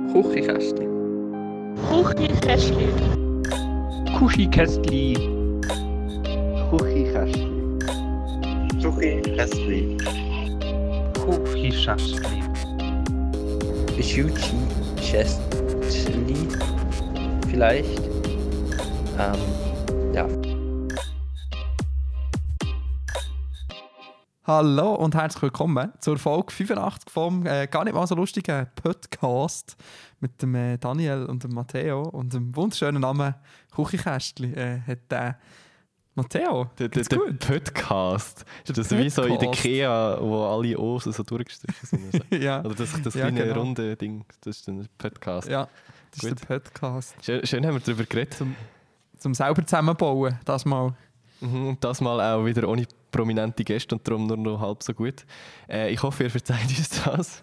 Küchenkästli. Küchenkästli. Küchenkästli. Küchenkästli. Küchenkästli. Küchenkästli. Küchenkästli. Vielleicht. Ja. Hallo und herzlich willkommen zur Folge 85 vom gar nicht mal so lustigen Podcast mit dem Daniel und dem Matteo und dem wunderschönen Namen Küchenkästli. Hat der Matteo, Der Podcast. Ist das Der wie so in der Podcast. Ikea, wo alle Ohren so durchgestrichen sind? So? Ja, Oder das Ja, kleine genau. runde Ding, das ist ein Podcast. ja, das Gut. ist der Podcast. Schön haben wir darüber geredet. Zum selber zusammenbauen, das mal. Und das mal auch wieder ohne prominente Gäste und darum nur noch halb so gut. Ich hoffe, ihr verzeiht uns das.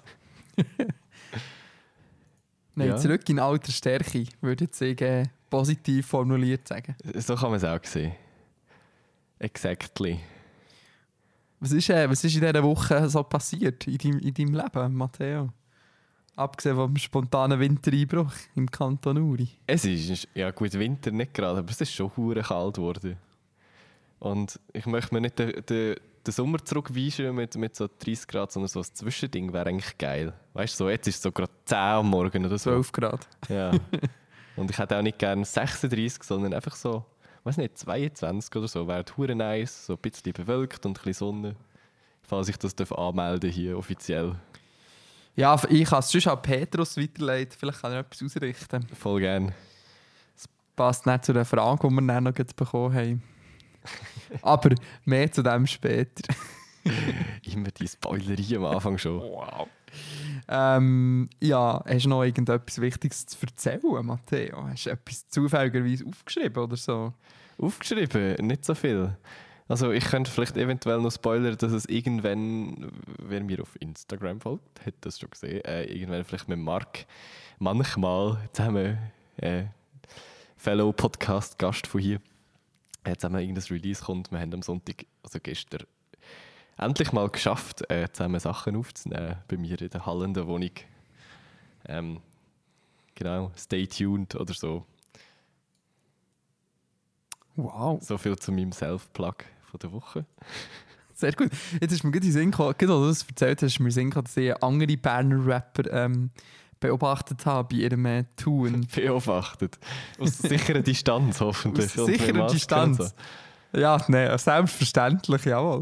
Nein, Ja. zurück in alter Stärke, würde ich jetzt positiv formuliert sagen. So kann man es auch sehen. Exactly. Was ist in dieser Woche so passiert in deinem Leben, Matteo? Abgesehen vom spontanen Wintereinbruch im Kanton Uri. Es ist, ja gut, Winter nicht gerade, aber es ist schon hure kalt geworden. Und ich möchte mir nicht den Sommer zurückweisen mit so 30 Grad, sondern so ein Zwischending wäre eigentlich geil. Weißt du, so, jetzt ist es so gerade 10 am Morgen oder so. 12 Grad. Ja. Und ich hätte auch nicht gerne 36, sondern einfach so, weiß nicht, 22 oder so. Wäre hure nice, so ein bisschen bewölkt und ein bisschen Sonne. Falls ich das anmelden hier offiziell. Ja, ich kann es schon an Petrus weiterleiten. Vielleicht kann er etwas ausrichten. Voll gern. Passt nicht zu der Frage, die wir dann noch gerade bekommen haben. Aber mehr zu dem später. Immer die Spoilerie am Anfang schon. Wow. Ja, hast du noch irgendetwas Wichtiges zu erzählen, Matteo? Hast du etwas zufälligerweise aufgeschrieben oder so? Aufgeschrieben, nicht so viel. Also ich könnte vielleicht eventuell noch spoilern, dass es irgendwann, wer mir auf Instagram folgt, hat das schon gesehen, irgendwann vielleicht mit Marc manchmal zusammen, Fellow Podcast-Gast von hier, zusammen irgendein Release kommt. Wir haben am Sonntag, also gestern, endlich mal geschafft, zusammen Sachen aufzunehmen bei mir in der hallenden Wohnung. Genau, stay tuned oder so. Wow, So viel zu meinem Self-Plug von der Woche. sehr gut. Jetzt ist mir gerade in den Sinn gekommen, gerade als du das erzählt hast, ist mir in den Sinn gekommen, dass ich andere Berner Rapper beobachtet habe bei ihrem Tun. Beobachtet. Aus sicherer Distanz hoffentlich. Aus Und mit sicherer Maske Distanz. und so. Ja, nein, selbstverständlich, jawohl.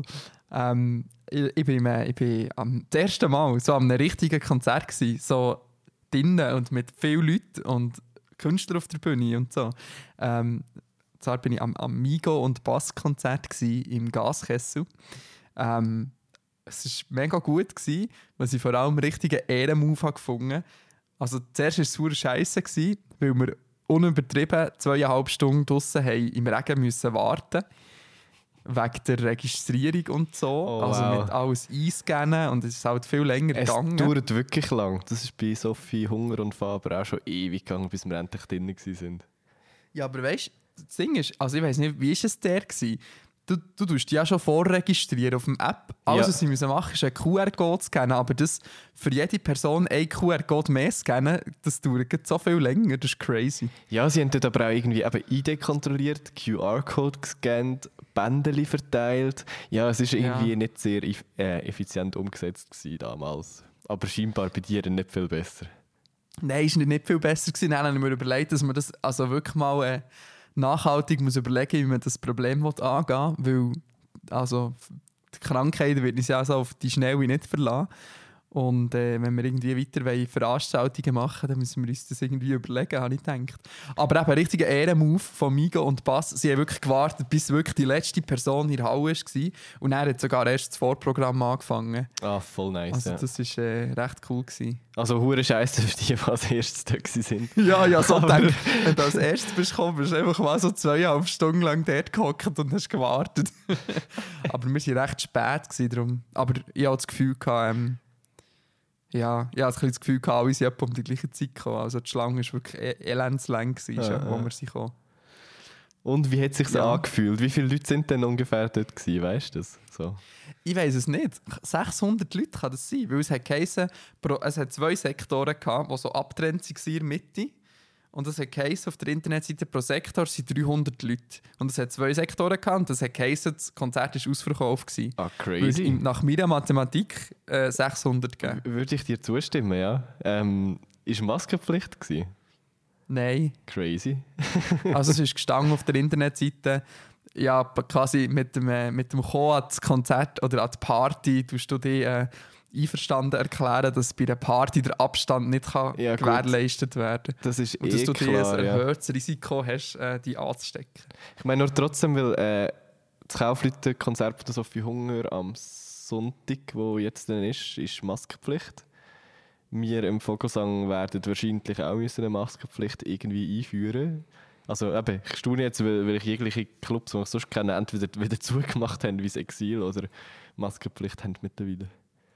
Ich bin das erste Mal so an einem richtigen Konzert gewesen, so drinnen und mit vielen Leuten und Künstlern auf der Bühne und so. Zwar bin ich am Migo- und Bass-Konzert im Gaskessel. Es war mega gut, weil ich vor allem einen richtigen Ehrenmove habe gefunden. Also zuerst war es super scheisse, weil wir unübertrieben 2,5 Stunden draussen im Regen müssen warten. Wegen der Registrierung und so. Oh, also wow. mit alles einscannen und es ist halt viel länger Es gegangen. dauert wirklich lang. Das ist bei Sophie, Hunger und Faber auch schon ewig gegangen, bis wir endlich drinnen waren. Ja, aber weißt du, das Ding ist, also ich weiss nicht, wie war es der gewesen? Du tust dich ja schon vorregistrieren auf dem App. Alles, Ja. was sie müssen machen, ist einen QR-Code scannen. Aber das für jede Person einen QR-Code mehr scannen, das dauert gerade so viel länger. Das ist crazy. Ja, sie haben dort aber auch irgendwie eben ID kontrolliert, QR-Code gescannt, Bändeli verteilt. Ja, es war irgendwie nicht sehr effizient umgesetzt gewesen damals. Aber scheinbar bei dir nicht viel besser. Nein, ist nicht viel besser gewesen. Dann habe ich mir überlegt, dass man das also wirklich mal nachhaltig muss überlegen, wie man das Problem angehen will. Weil also, die Krankheit wird uns ja also auf die Schnelle nicht verlassen. Und wenn wir irgendwie weiter Veranstaltungen machen, dann müssen wir uns das irgendwie überlegen, habe ich gedacht. Aber eben ein richtiger Ehrenmove von Migo und Bass. Sie haben wirklich gewartet, bis wirklich die letzte Person in der Halle war. Und er hat sogar erst das Vorprogramm angefangen. Ah, voll nice. Also ja. das war recht cool gewesen. Also hure Scheiße für die, die als erstes da waren. Ja, so Aber- denke wenn du als erstes bist gekommen, bist du einfach mal so 2,5 Stunden lang dort gehockt und hast gewartet. Aber wir waren recht spät gewesen, darum. Aber ich hatte das Gefühl, ich hatte das Gefühl, alle sind etwa um die gleiche Zeit gekommen. Also die Schlange war wirklich elendslang, wo wir sind gekommen. Und wie hat es sich angefühlt? Wie viele Leute sind denn ungefähr dort gewesen? Weißt du das? So. Ich weiss es nicht. 600 Leute kann das sein, weil es hat geheißen, es hat 2 Sektoren gehabt, die so abgetrennt waren in der Mitte. Und es hat geheißen, auf der Internetseite pro Sektor sind 300 Leute. Und es hat 2 Sektoren gehabt und es hat geheißen, das Konzert war ausverkauft gewesen. Ah, crazy. Nach meiner Mathematik 600 geben. Würde ich dir zustimmen, ja. Ist Maskenpflicht gewesen? Nein. Crazy. Also es ist gestanden auf der Internetseite, ja, quasi mit dem Kommen ans Konzert oder an die Party, tust du dich einverstanden erklären, dass bei einer Party der Abstand nicht gewährleistet werden kann. Das ist und dass du klar, ein erhöhtes Risiko hast, die anzustecken. Ich meine nur trotzdem, weil das Kaufleute-Konzert von der Sophie Hunger am Sonntag, wo jetzt dann ist Maskenpflicht. Wir im Vogelsang werden wahrscheinlich auch eine Maskenpflicht irgendwie einführen. Also eben, ich staune jetzt, weil ich jegliche Clubs, die ich sonst kenne, entweder wieder zugemacht haben, wie das Exil, oder Maskenpflicht haben mittlerweile.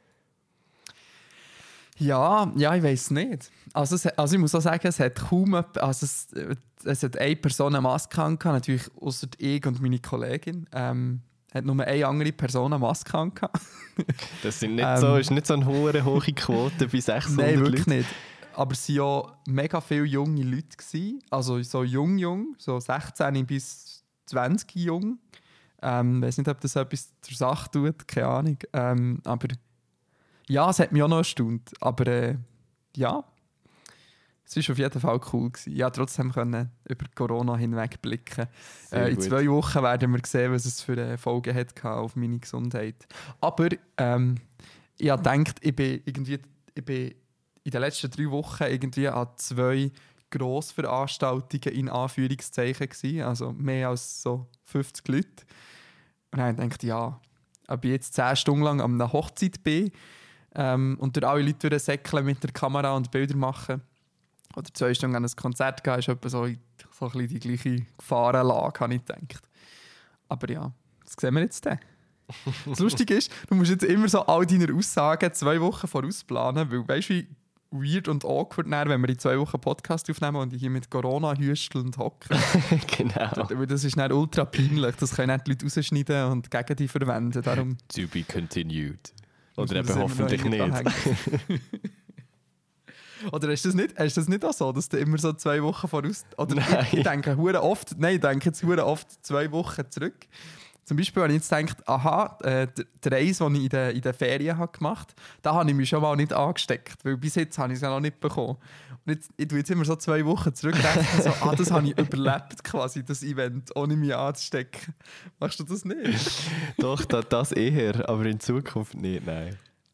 Ja, ich weiss nicht. Also ich muss auch sagen, es hat kaum es hat eine Person eine Maske angehabt, natürlich ausser ich und meine Kollegin. Hat nur eine andere Person eine Maske angehabt. Das sind nicht so, ist nicht so eine hohe Quote bei 600 Nein, wirklich Leuten. nicht. Aber es waren ja mega viele junge Leute gewesen. Also so jung, so 16 bis 20 jung. Ich weiß nicht, ob das etwas zur Sache tut, keine Ahnung. Aber ja, es hat mich auch noch erstaunt. Aber ja, es war auf jeden Fall cool gewesen. Ja, trotzdem können über Corona hinweg blicken. In 2 Wochen werden wir sehen, was es für Folgen hat auf meine Gesundheit. Aber ich habe gedacht, ich bin in den letzten 3 Wochen irgendwie an 2 Grossveranstaltungen in Anführungszeichen gewesen. Also mehr als so 50 Leute. Und dann habe ich gedacht, ja, ob ich jetzt 10 Stunden lang an einer Hochzeit bin und durch alle Leute durchsäckeln mit der Kamera und Bilder machen oder 2 Stunden an ein Konzert gehen, ist etwa so ein bisschen die gleiche Gefahrenlage, habe ich gedacht. Aber ja, das sehen wir jetzt dann. Das Lustige ist, du musst jetzt immer so all deine Aussagen 2 Wochen vorausplanen, weil weißt du, wie weird und awkward dann, wenn wir in 2 Wochen Podcast aufnehmen und ich hier mit Corona hüstel und hocke. Genau. Das ist dann ultra peinlich. Das können nicht die Leute rausschneiden und gegen die verwenden. Darum To be continued. Oder eben hoffentlich nicht. Oder ist das nicht auch so, dass du immer so 2 Wochen voraus... Oder Nein. Ich denke jetzt hure oft 2 Wochen zurück. Zum Beispiel habe ich jetzt gedacht, die Reise, die ich in den Ferien gemacht habe, da habe ich mich schon mal nicht angesteckt, weil bis jetzt habe ich es ja noch nicht bekommen. Und ich tue jetzt immer so 2 Wochen zurückrechnen, so, das habe ich überlebt quasi, das Event, ohne mich anzustecken. Machst du das nicht? Doch, das eher, aber in Zukunft nicht, nein.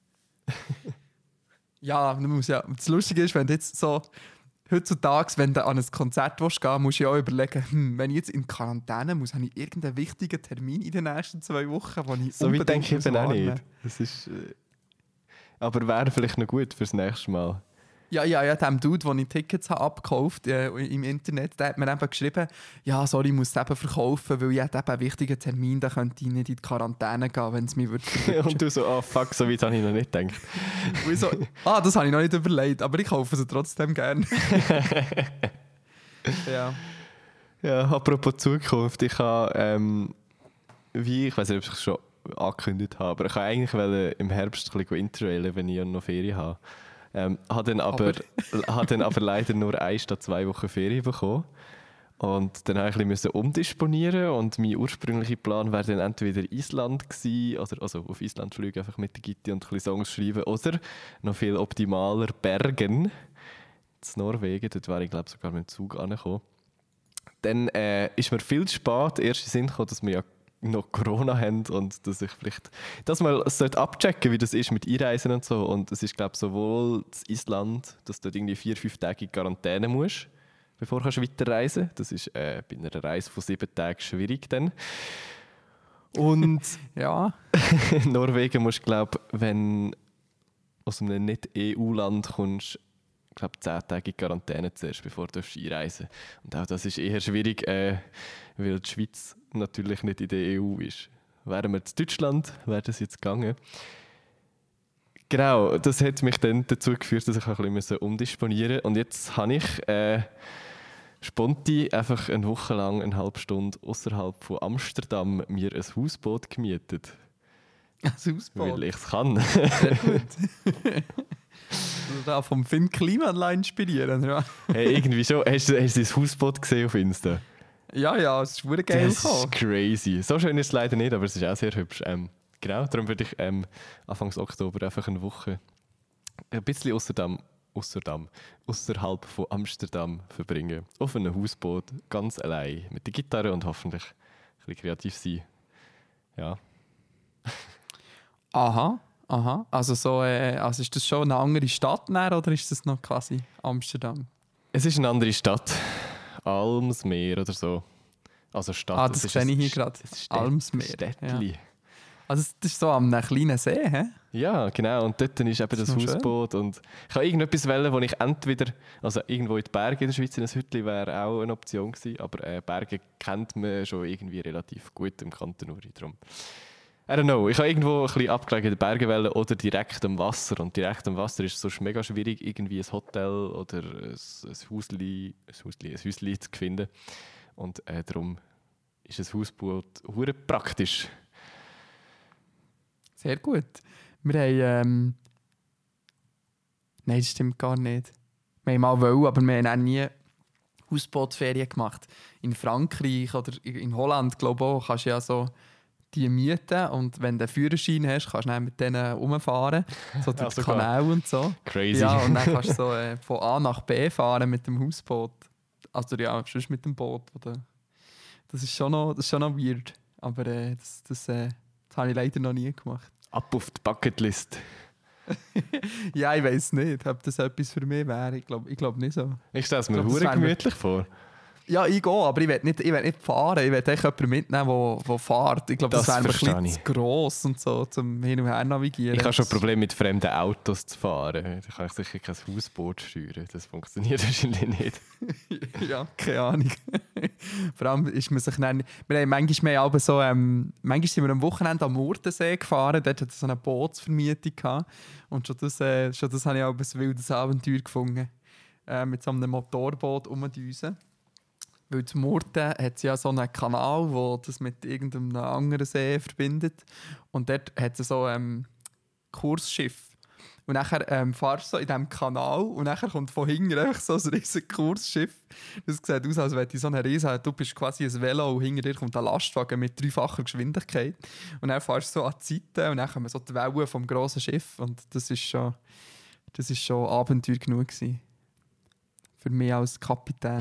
Ja, das Lustige ist, wenn du jetzt so heutzutage, wenn du an ein Konzert gehen willst, musst du ja auch überlegen, wenn ich jetzt in Quarantäne muss, habe ich irgendeinen wichtigen Termin in den nächsten 2 Wochen, wo ich so wie unbedingt denke ich eben auch wahrnehmen nicht. Das ist, aber wäre vielleicht noch gut fürs nächste Mal. Ja, dem Dude, den ich Tickets habe abgekauft im Internet, der hat mir eben geschrieben, ja, sorry, ich muss es eben verkaufen, weil ich eben einen wichtigen Termin, da könnte ich nicht in die Quarantäne gehen, wenn es mich würde. Und du so, fuck, so weit habe ich noch nicht gedacht. Und ich so, das habe ich noch nicht überlegt, aber ich kaufe sie trotzdem gerne. Ja. Ja, apropos Zukunft, ich habe, ich weiß nicht, ob ich es schon angekündigt habe, aber ich wollte eigentlich im Herbst ein bisschen interrailen, wenn ich noch Ferien habe. Habe dann aber leider nur 1 statt 2 Wochen Ferien bekommen. Und dann musste ich ein bisschen umdisponieren und mein ursprünglicher Plan wäre dann entweder Island gewesen, also auf Island fliegen, einfach mit der Gitti und ein bisschen Songs schreiben, oder noch viel optimaler Bergen, in Norwegen, dort wäre ich glaube sogar mit dem Zug angekommen. Dann ist mir viel zu spät erst in den Sinn gekommen, dass wir ja noch Corona haben und dass ich vielleicht das mal abchecken, wie das ist mit Einreisen und so. Und es ist, glaube ich, sowohl das Island, dass du dort irgendwie 4-5 Tage in Quarantäne musst, bevor du weiterreisen kannst. Das ist bei einer Reise von 7 Tagen schwierig dann. Und Ja. Norwegen musst du, glaube ich, wenn du aus einem Nicht-EU-Land kommst, ich glaube 10 Tage in Quarantäne zuerst, bevor du einreisen darfst. Und auch das ist eher schwierig, weil die Schweiz natürlich nicht in der EU ist. Wären wir in Deutschland, wäre das jetzt gegangen. Genau, das hat mich dann dazu geführt, dass ich ein bisschen umdisponieren musste. Und jetzt habe ich Sponti einfach eine Woche lang, eine halbe Stunde außerhalb von Amsterdam mir ein Hausboot gemietet. Das Hausboot. Weil ich es kann. Sehr gut. Da vom Film Klimaanlage inspirieren, ja. Hey, irgendwie schon. Hast du das Hausboot gesehen auf Insta? Ja, es ist verdammt geil Das gekommen. ist crazy. So schön ist es leider nicht, aber es ist auch sehr hübsch. Genau, darum würde ich Anfang Oktober einfach eine Woche ein bisschen außerhalb von Amsterdam verbringen. Auf einem Hausboot, ganz allein, mit der Gitarre und hoffentlich ein bisschen kreativ sein. Ja. Aha. Also ist das schon eine andere Stadt oder ist das noch quasi Amsterdam? Es ist eine andere Stadt. Almsmeer oder so. Also Stadt. Das sehe ich hier gerade. Almsmeer. Städtli. Ja. Also das ist so am einem kleinen See, hä? Ja, genau. Und dort ist eben das Hausboot. Und ich habe irgendetwas wollen, wo ich entweder, also irgendwo in den Bergen in der Schweiz in ein Hütli wäre auch eine Option gewesen, aber Berge kennt man schon irgendwie relativ gut im Kanton Uri. Darum. I don't know. Ich habe irgendwo ein bisschen abgelegen in den Bergen wollen oder direkt am Wasser. Und direkt am Wasser ist es sonst mega schwierig, irgendwie ein Hotel oder ein Häusli zu finden. Und darum ist ein Hausboot hure praktisch. Sehr gut. Wir haben... Nein, das stimmt gar nicht. Wir haben mal wollen, aber wir haben auch nie Hausbootferien gemacht. In Frankreich oder in Holland, glaube ich auch, kannst du ja so die mieten und wenn du einen Führerschein hast, kannst du dann mit denen rumfahren, so durch den Kanal und so. Crazy. Ja, und dann kannst du so von A nach B fahren mit dem Hausboot. Also ja, sonst mit dem Boot. Oder? Das ist schon noch weird. Aber das habe ich leider noch nie gemacht. Ab auf die Bucketlist. Ja, ich weiß nicht, ob das etwas für mich wäre. Ich glaub nicht so. Ich stelle es mir hure gemütlich vor. Ja, ich gehe, aber ich will nicht fahren. Ich will echt jemanden mitnehmen, der fährt. Ich glaube, das wäre mir ein bisschen zu gross und so, zum Hin und Her navigieren. Ich habe schon Probleme mit fremden Autos zu fahren. Da kann ich sicher kein Hausboot steuern. Das funktioniert wahrscheinlich nicht. Ja, keine Ahnung. Vor allem ist man sich dann... Wir haben manchmal so... manchmal sind wir am Wochenende am Murtensee gefahren. Dort hatte es so eine Bootsvermietung gehabt. Und schon das habe ich auch ein wildes Abenteuer gefunden. Mit so einem Motorboot rumdüsen. Weil in Murten hat es ja so einen Kanal, der das mit irgendeinem anderen See verbindet. Und dort hat es so Kursschiff. Und nachher fahrst du so in diesem Kanal und nachher kommt von hinten einfach so ein riesiges Kursschiff. Das sieht aus, als wenn du so eine riesen... Du bist quasi ein Velo und hinter dir kommt ein Lastwagen mit 3-facher Geschwindigkeit. Und dann fahrst du so an die Seite und dann kommen so die Wellen vom grossen Schiff. Und das ist schon Abenteuer genug gewesen. Für mich als Kapitän.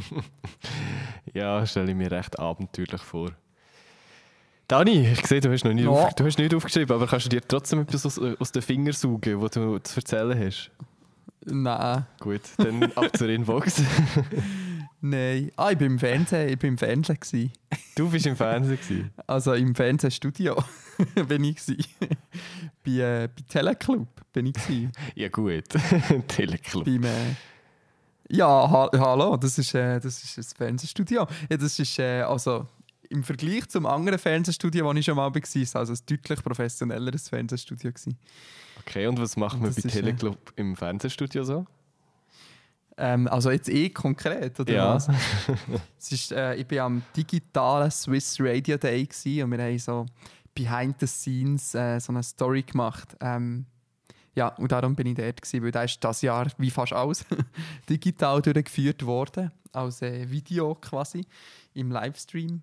Ja, stelle ich mir recht abenteuerlich vor. Dani, ich sehe, du hast noch nicht, du hast nicht aufgeschrieben, aber kannst du dir trotzdem etwas aus den Fingern saugen, was du zu erzählen hast? Nein. Gut, dann ab zur Inbox. Nein. Ich war im Fernsehen. Gewesen. Du bist im Fernsehen gewesen? Also im Fernsehstudio bin ich gewesen. bei Teleclub bin ich gewesen. Ja gut, Teleclub. Ja, hallo, das ist ein Fernsehstudio. Ja, das ist also im Vergleich zum anderen Fernsehstudio, wo ich schon mal war, also ein deutlich professionelleres Fernsehstudio gewesen. Okay, und was macht man bei Teleclub im Fernsehstudio so? Also jetzt konkret, oder ja. was? Ich war am digitalen Swiss Radio Day gewesen, und wir haben so behind the scenes so eine Story gemacht. Ja, und darum bin ich dort gewesen, weil da ist das Jahr, wie fast alles, digital durchgeführt worden, als Video quasi, im Livestream.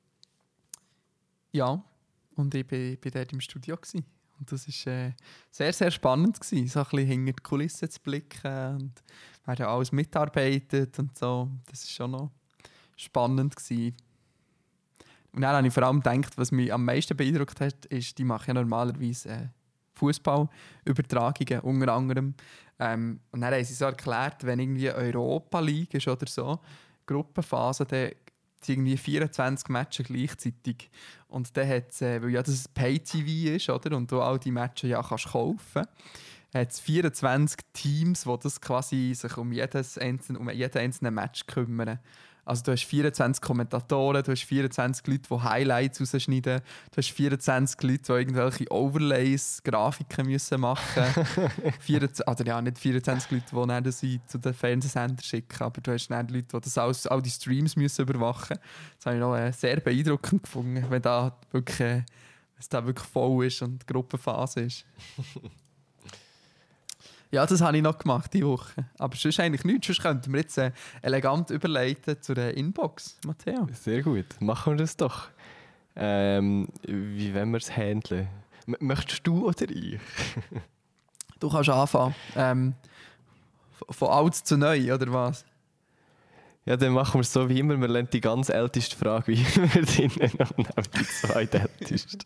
Ja, und ich bin dort im Studio gewesen. Und das war sehr, sehr spannend gewesen, so ein bisschen hinter die Kulissen zu blicken und wir haben ja alles mitarbeitet und so. Das war schon noch spannend gewesen. Und dann habe ich vor allem gedacht, was mich am meisten beeindruckt hat, ist, die machen ja normalerweise Fußballübertragungen unter anderem. Und dann haben sie so erklärt, wenn irgendwie Europa League ist oder so, Gruppenphase, dann sind irgendwie 24 Matches gleichzeitig. Und dann hat es, weil ja das Pay-TV ist, oder? Und du all die Matches ja kannst kaufen, hat es 24 Teams, die das quasi sich um jeden einzelnen Match kümmern. Also du hast 24 Kommentatoren, du hast 24 Leute, die Highlights rausschneiden, du hast 24 Leute, die irgendwelche Overlays, Grafiken müssen machen müssen. Also ja, nicht 24 Leute, die dann das zu den Fernsehsendern schicken, aber du hast dann Leute, die das all die Streams müssen überwachen müssen. Das habe ich noch sehr beeindruckend gefunden, wenn es da wirklich voll ist und die Gruppenphase ist. Ja, das habe ich noch gemacht diese Woche. Aber sonst eigentlich nichts. Sonst könnten wir jetzt elegant überleiten zur Inbox, Matteo. Sehr gut, machen wir das doch. Wie wollen wir es handeln? Möchtest du oder ich? Du kannst anfangen. Von alt zu neu, oder was? Ja, dann machen wir es so wie immer. Wir lernen die ganz älteste Frage wie immer drinnen und nehmen die zweitälteste.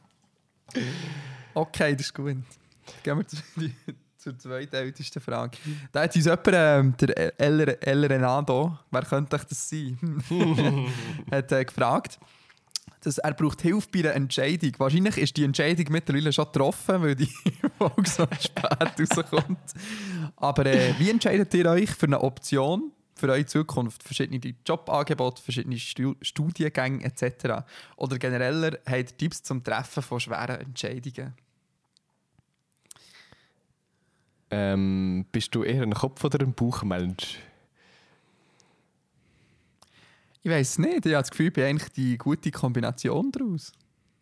Okay, das ist gut. Gehen wir zur zweitältesten Frage. Da hat uns jemand, der El Renado, wer könnte das sein, hat gefragt, dass er braucht Hilfe bei einer Entscheidung. Wahrscheinlich ist die Entscheidung mittlerweile schon getroffen, weil die Folge so spät rauskommt. Aber wie entscheidet ihr euch für eine Option für eure Zukunft? Verschiedene Jobangebote, verschiedene Studiengänge etc. Oder genereller habt ihr Tipps zum Treffen von schweren Entscheidungen? Bist du eher ein Kopf- oder ein Bauchmensch? Ich weiss nicht. Ich habe das Gefühl, ich bin eigentlich die gute Kombination daraus.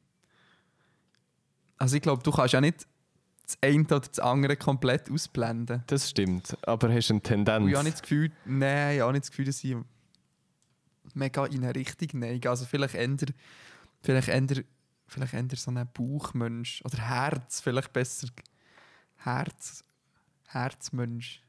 Also ich glaube, du kannst ja nicht das eine oder das andere komplett ausblenden. Das stimmt, aber hast du eine Tendenz? Und ich habe nicht das Gefühl, ich habe nicht das Gefühl, dass ich mega in eine Richtung neige. Also vielleicht eher so ein Bauchmensch. Oder Herz, vielleicht besser. Herzmensch.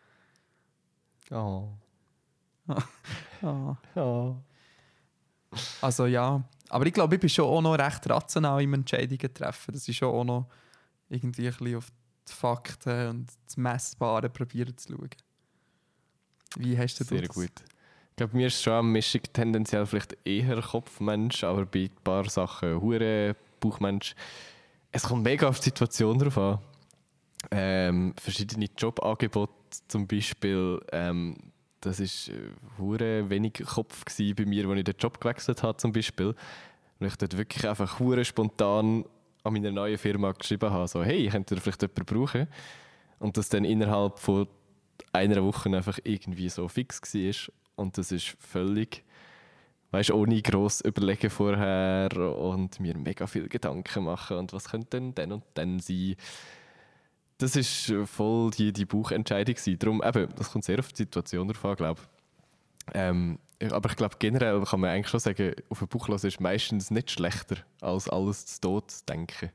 Oh. Oh. Oh. Also ja, aber ich glaube, ich bin schon auch noch recht rational im Entscheidungen treffen. Das ist schon auch noch irgendwie ein bisschen auf die Fakten und das Messbare probieren zu schauen. Wie hast du das? Sehr gut. Ich glaube, mir ist schon eine Mischung tendenziell vielleicht eher Kopfmensch, aber bei ein paar Sachen hure Bauchmensch. Es kommt mega auf die Situation drauf an. Verschiedene Jobangebote zum Beispiel, das war hure wenig Kopf bei mir, als ich den Job gewechselt habe zum Beispiel. Und ich dort wirklich einfach hure spontan an meiner neuen Firma geschrieben habe, so hey, könnt ihr vielleicht jemanden brauchen? Und das dann innerhalb von einer Woche einfach irgendwie so fix war. Und das ist völlig, weißt, ohne gross überlegen vorher und mir mega viel Gedanken machen und was könnte denn dann und dann sein. Das war voll die Bauchentscheidung. Darum, eben, das kommt sehr auf die Situation drauf an, glaube ich. Aber ich glaube, generell kann man eigentlich schon sagen, auf den Bauch hören ist meistens nicht schlechter, als alles zu Tod zu denken.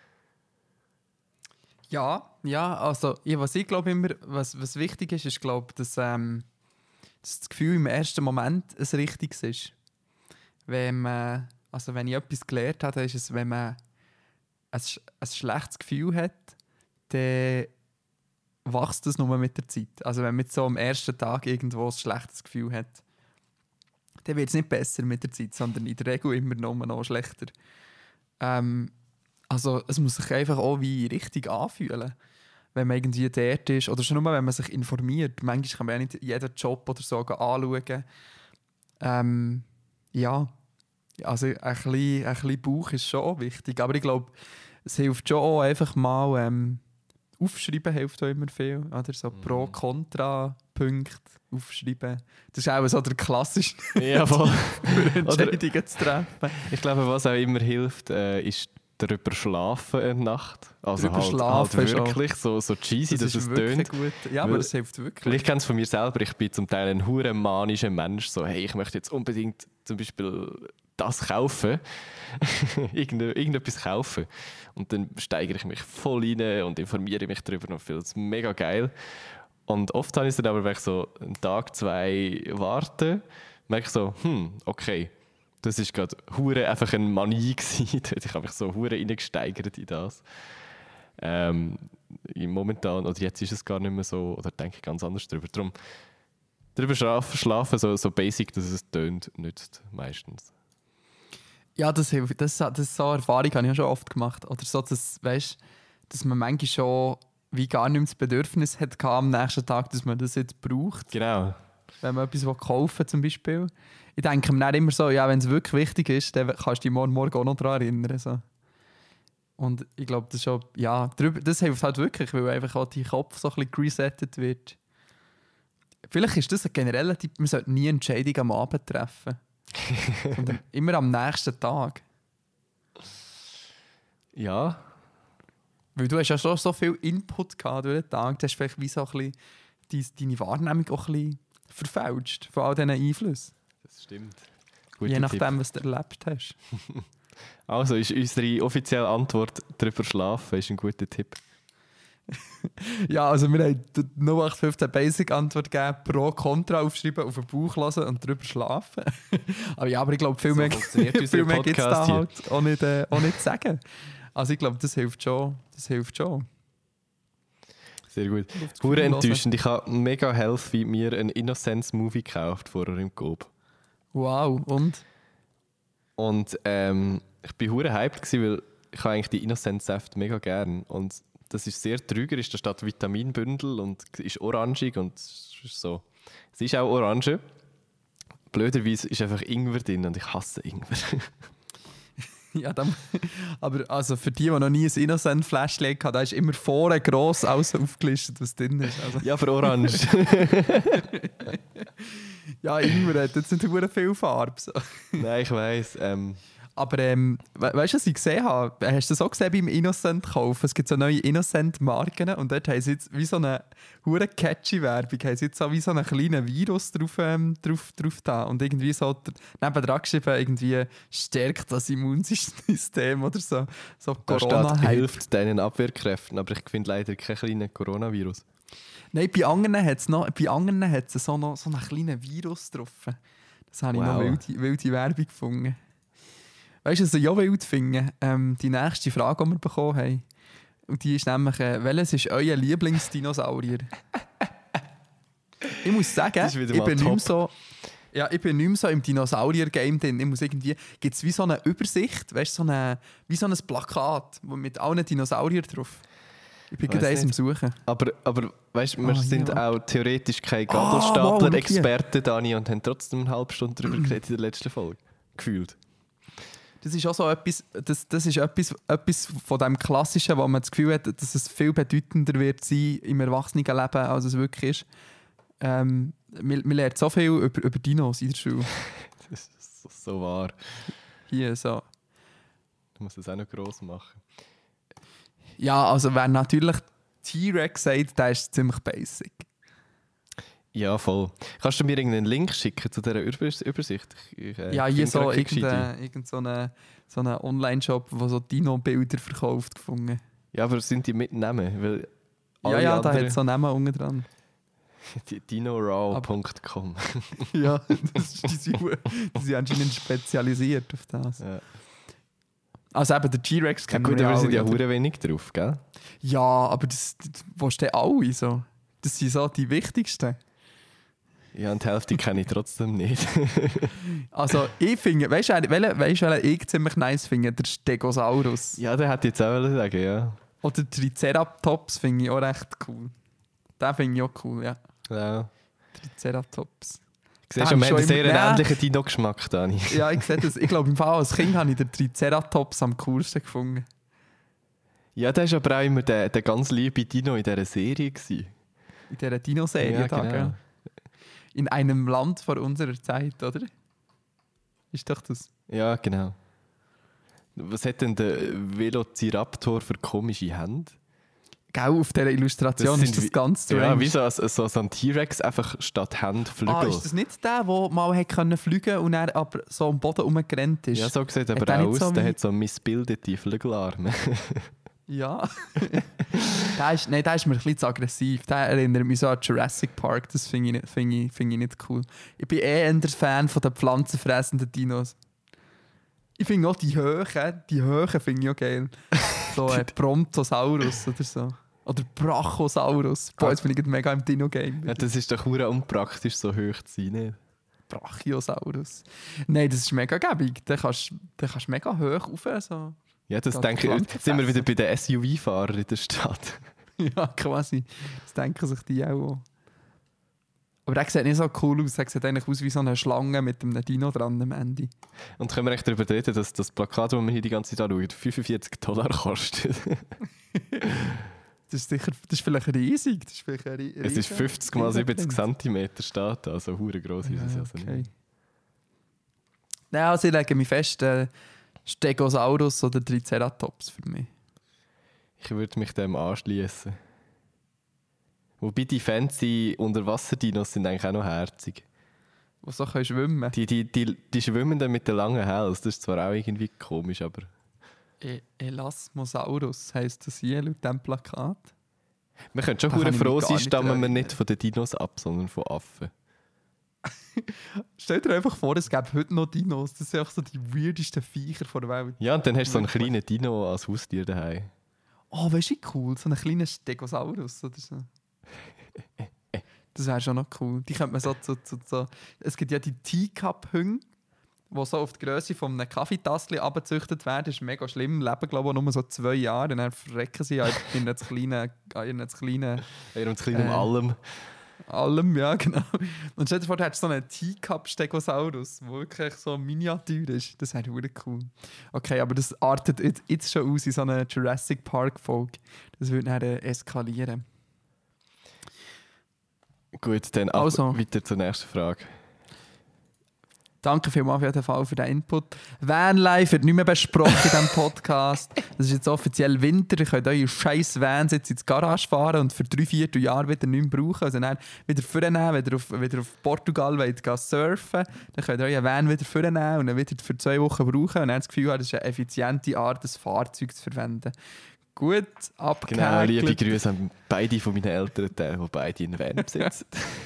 Ja, also was ich glaube immer, was wichtig ist, ist glaube dass das Gefühl im ersten Moment ein richtiges ist. Wenn ich etwas gelernt habe, ist es, wenn man ein schlechtes Gefühl hat, dann wächst das nur mit der Zeit. Also wenn man jetzt so am ersten Tag irgendwo ein schlechtes Gefühl hat, dann wird es nicht besser mit der Zeit, sondern in der Regel immer noch schlechter. Also es muss sich einfach auch wie richtig anfühlen, wenn man irgendwie dort ist. Oder schon nur, wenn man sich informiert. Manchmal kann man ja nicht jeden Job oder so anschauen. Ja, also ein bisschen Bauch ist schon auch wichtig. Aber ich glaube, es hilft schon auch einfach mal... Aufschreiben hilft auch immer viel. Oder? So Pro-Kontra-Punkte aufschreiben. Das ist auch so der klassische Jawohl. für Entscheidungen zu treffen. Ich glaube, was auch immer hilft, ist darüber schlafen in der Nacht. Also Darüber halt schlafen wirklich so cheesy, dass es tönt. Gut. Ja, aber das hilft wirklich. Ich kenne es von mir selber. Ich bin zum Teil ein hure manischer Mensch. So, hey, ich möchte jetzt unbedingt zum Beispiel das kaufen. Irgendetwas kaufen. Und dann steigere ich mich voll rein und informiere mich darüber und finde es mega geil. Und oft habe ich dann aber, wenn ich so einen Tag, 2 warte, merke ich so, okay, das ist gerade hure einfach eine Manie gewesen. Ich habe mich so hure reingesteigert in das. Momentan, oder jetzt ist es gar nicht mehr so, oder denke ich ganz anders darüber. Darum, darüber schlafen so basic, dass es tönt, nützt meistens. Ja, das hilft. So eine Erfahrung habe ich ja schon oft gemacht. Oder so, dass man manchmal schon wie gar nicht mehr das Bedürfnis hat am nächsten Tag, dass man das jetzt braucht. Genau. wenn man etwas kaufen will, zum Beispiel. Ich denke mir dann immer so, ja, wenn es wirklich wichtig ist, dann kannst du dich morgen auch noch daran erinnern. So. Und ich glaube, das ist schon, ja, das hilft halt wirklich, weil einfach auch dein Kopf so ein bisschen resettet wird. Vielleicht ist das ein genereller Tipp, man sollte nie Entscheidungen am Abend treffen. Sondern immer am nächsten Tag. Ja. Weil du hast ja schon so viel Input gehabt durch den Tag, du hast vielleicht wie so ein bisschen deine Wahrnehmung auch ein bisschen verfälscht von all diesen Einflüssen. Das stimmt. Je nachdem, was du erlebt hast. Also ist unsere offizielle Antwort «Drüber schlafen» ist ein guter Tipp. Ja, also wir haben die 0815 Basic-Antwort gegeben, pro Kontra aufschreiben, auf den Bauch lassen und drüber schlafen. aber ich glaube, viel mehr, viel mehr gibt es da halt auch nicht zu sagen. Also ich glaube, das hilft schon. Sehr gut. Hure enttäuschend. Ich habe mega healthy mir einen Innocence-Movie gekauft vorher im Coop. Wow, und? Und ich war hure hyped gewesen, weil ich habe eigentlich die Innocence-Säfte mega gern. Und das ist sehr trügerisch, da steht Vitaminbündel und ist orangig und es ist so. Es ist auch orange. Blöderweise ist einfach Ingwer drin und ich hasse Ingwer. Ja, aber also für die noch nie ein Innocent-Fläschchen hatten, da ist immer vorne gross alles aufgelistet, was drin ist. Also. Ja, für orange. Ja, Ingwer hat jetzt nicht sehr viel Farbe. So. Nein, ich weiss. Aber weißt du, was ich gesehen habe? Hast du das auch gesehen beim Innocent-Kauf? Es gibt so neue Innocent-Marken und dort haben sie jetzt wie so eine hure catchy Werbung, haben sie jetzt so wie so einen kleinen Virus drauf da und irgendwie so nebendran geschrieben, irgendwie stärkt das Immunsystem oder so. So Da Corona steht, hilft deinen Abwehrkräften, aber ich finde leider keinen kleinen Coronavirus. Nein, bei anderen hat es noch so einen kleinen Virus drauf. Das habe ich noch wilde Werbung gefunden. Weißt du, was ich auch wild finde? Die nächste Frage, die wir bekommen haben. Und die ist nämlich, welches ist euer Lieblingsdinosaurier? Ich muss sagen, ich bin nicht mehr so im Dinosaurier-Game drin. Ich muss irgendwie, gibt es wie so eine Übersicht, weißt, wie so ein Plakat mit allen Dinosauriern drauf. Ich bin gerade eins am Suchen. Aber weißt du, wir sind auch theoretisch keine Gabelstapler-Experten, Dani, und haben trotzdem eine halbe Stunde darüber geredet in der letzten Folge. Gefühlt. Das ist auch so etwas, das ist etwas von dem Klassischen, wo man das Gefühl hat, dass es viel bedeutender wird sein im Erwachsenenleben, als es wirklich ist. Man lernt so viel über Dinos in der Schule. Das ist so wahr. Hier so. Du musst das auch noch gross machen. Ja, also wer natürlich T-Rex sagt, der ist ziemlich basic. Ja, voll. Kannst du mir irgendeinen Link schicken zu dieser Übersicht? Ja, hier so irgend so einen Online-Shop, der so Dino-Bilder verkauft, gefunden. Ja, aber sind die mit Namen? Weil ja, da hat so einen Namen unten dran. Dinoraw.com. Ja, die sind anscheinend spezialisiert auf das. Ja. Also eben, der T-Rex kennen wir ja. Wir sind ja hure wenig drauf, gell? Ja, aber das willst du alle so. Das sind so die wichtigsten. Ja, und die Hälfte kenne ich trotzdem nicht. Also ich finde, weißt du, welchen ich ziemlich nice finde? Der Stegosaurus. Ja, den hätte ich jetzt auch sagen, ja. Oder Triceratops finde ich auch recht cool. Den finde ich auch cool, ja. Ja. Triceratops. Ich sehe schon, wir haben einen sehr ähnlichen Dino-Geschmack, Dani. Ja, ich sehe das. Ich glaube, im Fall als Kind habe ich den Triceratops am coolsten gefunden. Ja, der war aber auch immer der ganz liebe Dino in dieser Serie gewesen. In dieser Dino-Serie, ja, genau. Gell? In einem Land vor unserer Zeit, oder? Ist doch das? Ja, genau. Was hat denn der Velociraptor für komische Hände? Genau, auf dieser Illustration ist das ganz strange. Ja, wie so ein T-Rex einfach statt Hand Flügel. Ist das nicht der mal fliegen konnte und er aber so am Boden rumgerannt ist? Ja, so sieht er aber aus. Der hat so missbildete Flügelarme. Ja. Der ist mir ein bisschen zu aggressiv. Der erinnert mich so an Jurassic Park. Das finde ich nicht cool. Ich bin ein Fan von den pflanzenfressenden Dinos. Ich finde auch die Höhe finde ich auch geil. So ein Brontosaurus oder so. Oder Brachiosaurus. Boah, jetzt bin ich mega im Dino-Game. Ja, das ist doch hure unpraktisch, so hoch zu sein, nicht? Brachiosaurus. Nein, das ist mega gäbig. Den kannst du mega hoch rauf. So. Ja, das denke ich. Jetzt sind wir wieder bei den SUV-Fahrern in der Stadt. Ja, quasi. Das denken sich die auch. Aber der sieht nicht so cool aus. Der sieht eigentlich aus wie so eine Schlange mit einem Dino dran am Ende. Und können wir echt darüber reden, dass das Plakat, das wir hier die ganze Zeit anschauen, $45 kostet? Das ist vielleicht riesig. Das ist vielleicht Es ist 50 mal 70 cm steht, also hure gross ist es also okay. nicht. Nein, also ich lege mich fest, Stegosaurus oder Triceratops für mich. Ich würde mich dem anschließen. Wobei die fancy Unterwasserdinos sind eigentlich auch noch herzig. Die so können schwimmen. Die schwimmen dann mit den langen Hals. Das ist zwar auch irgendwie komisch, aber... Elasmosaurus heisst das hier laut diesem Plakat. Wir können schon Da hure kann ich froh mich gar sein, nicht stammen wir erinnern. nicht von den Dinos ab, sondern von Affen. Stell dir einfach vor, es gäbe heute noch Dinos. Das sind einfach so die weirdesten Viecher der Welt. Ja, und dann hast du so einen Wirklich? kleinen Dino als Haustier daheim. Oh, weißt du, wie cool? So einen kleinen Stegosaurus oder so. Das wäre schon noch cool. Die könnte man so... Es gibt ja die Teacup-Hunde, die so auf die Grösse von einem Kaffeetassel abgezüchtet werden. Das ist mega schlimm. Leben, glaube ich, nur so 2 Jahre. Und dann verrecken sie in einem kleinen allem, ja, genau. Und stell dir vor, du hättest so einen Teacup-Stegosaurus, der wirklich so miniatur ist. Das wäre wirklich cool. Okay, aber das artet jetzt schon aus in so einer Jurassic Park-Folge. Das würde dann eskalieren. Gut, dann Also. weiter zur nächsten Frage. Danke vielmals auf jeden Fall für den Input. Vanlife wird nicht mehr besprochen in diesem Podcast. Das ist jetzt offiziell Winter. Ihr könnt eure scheiß Vans jetzt ins Garage fahren und für 3/4 Jahre wieder nicht mehr brauchen. Also dann wieder vornehmen, wieder auf Portugal wollt gehen surfen. Dann könnt ihr euren Van wieder vornehmen und dann wieder für 2 Wochen brauchen. Und dann das Gefühl haben, das ist eine effiziente Art, das Fahrzeug zu verwenden. Gut, abgehakt. Genau, liebe Grüße an beide von meinen Eltern, die beide in Van besitzen.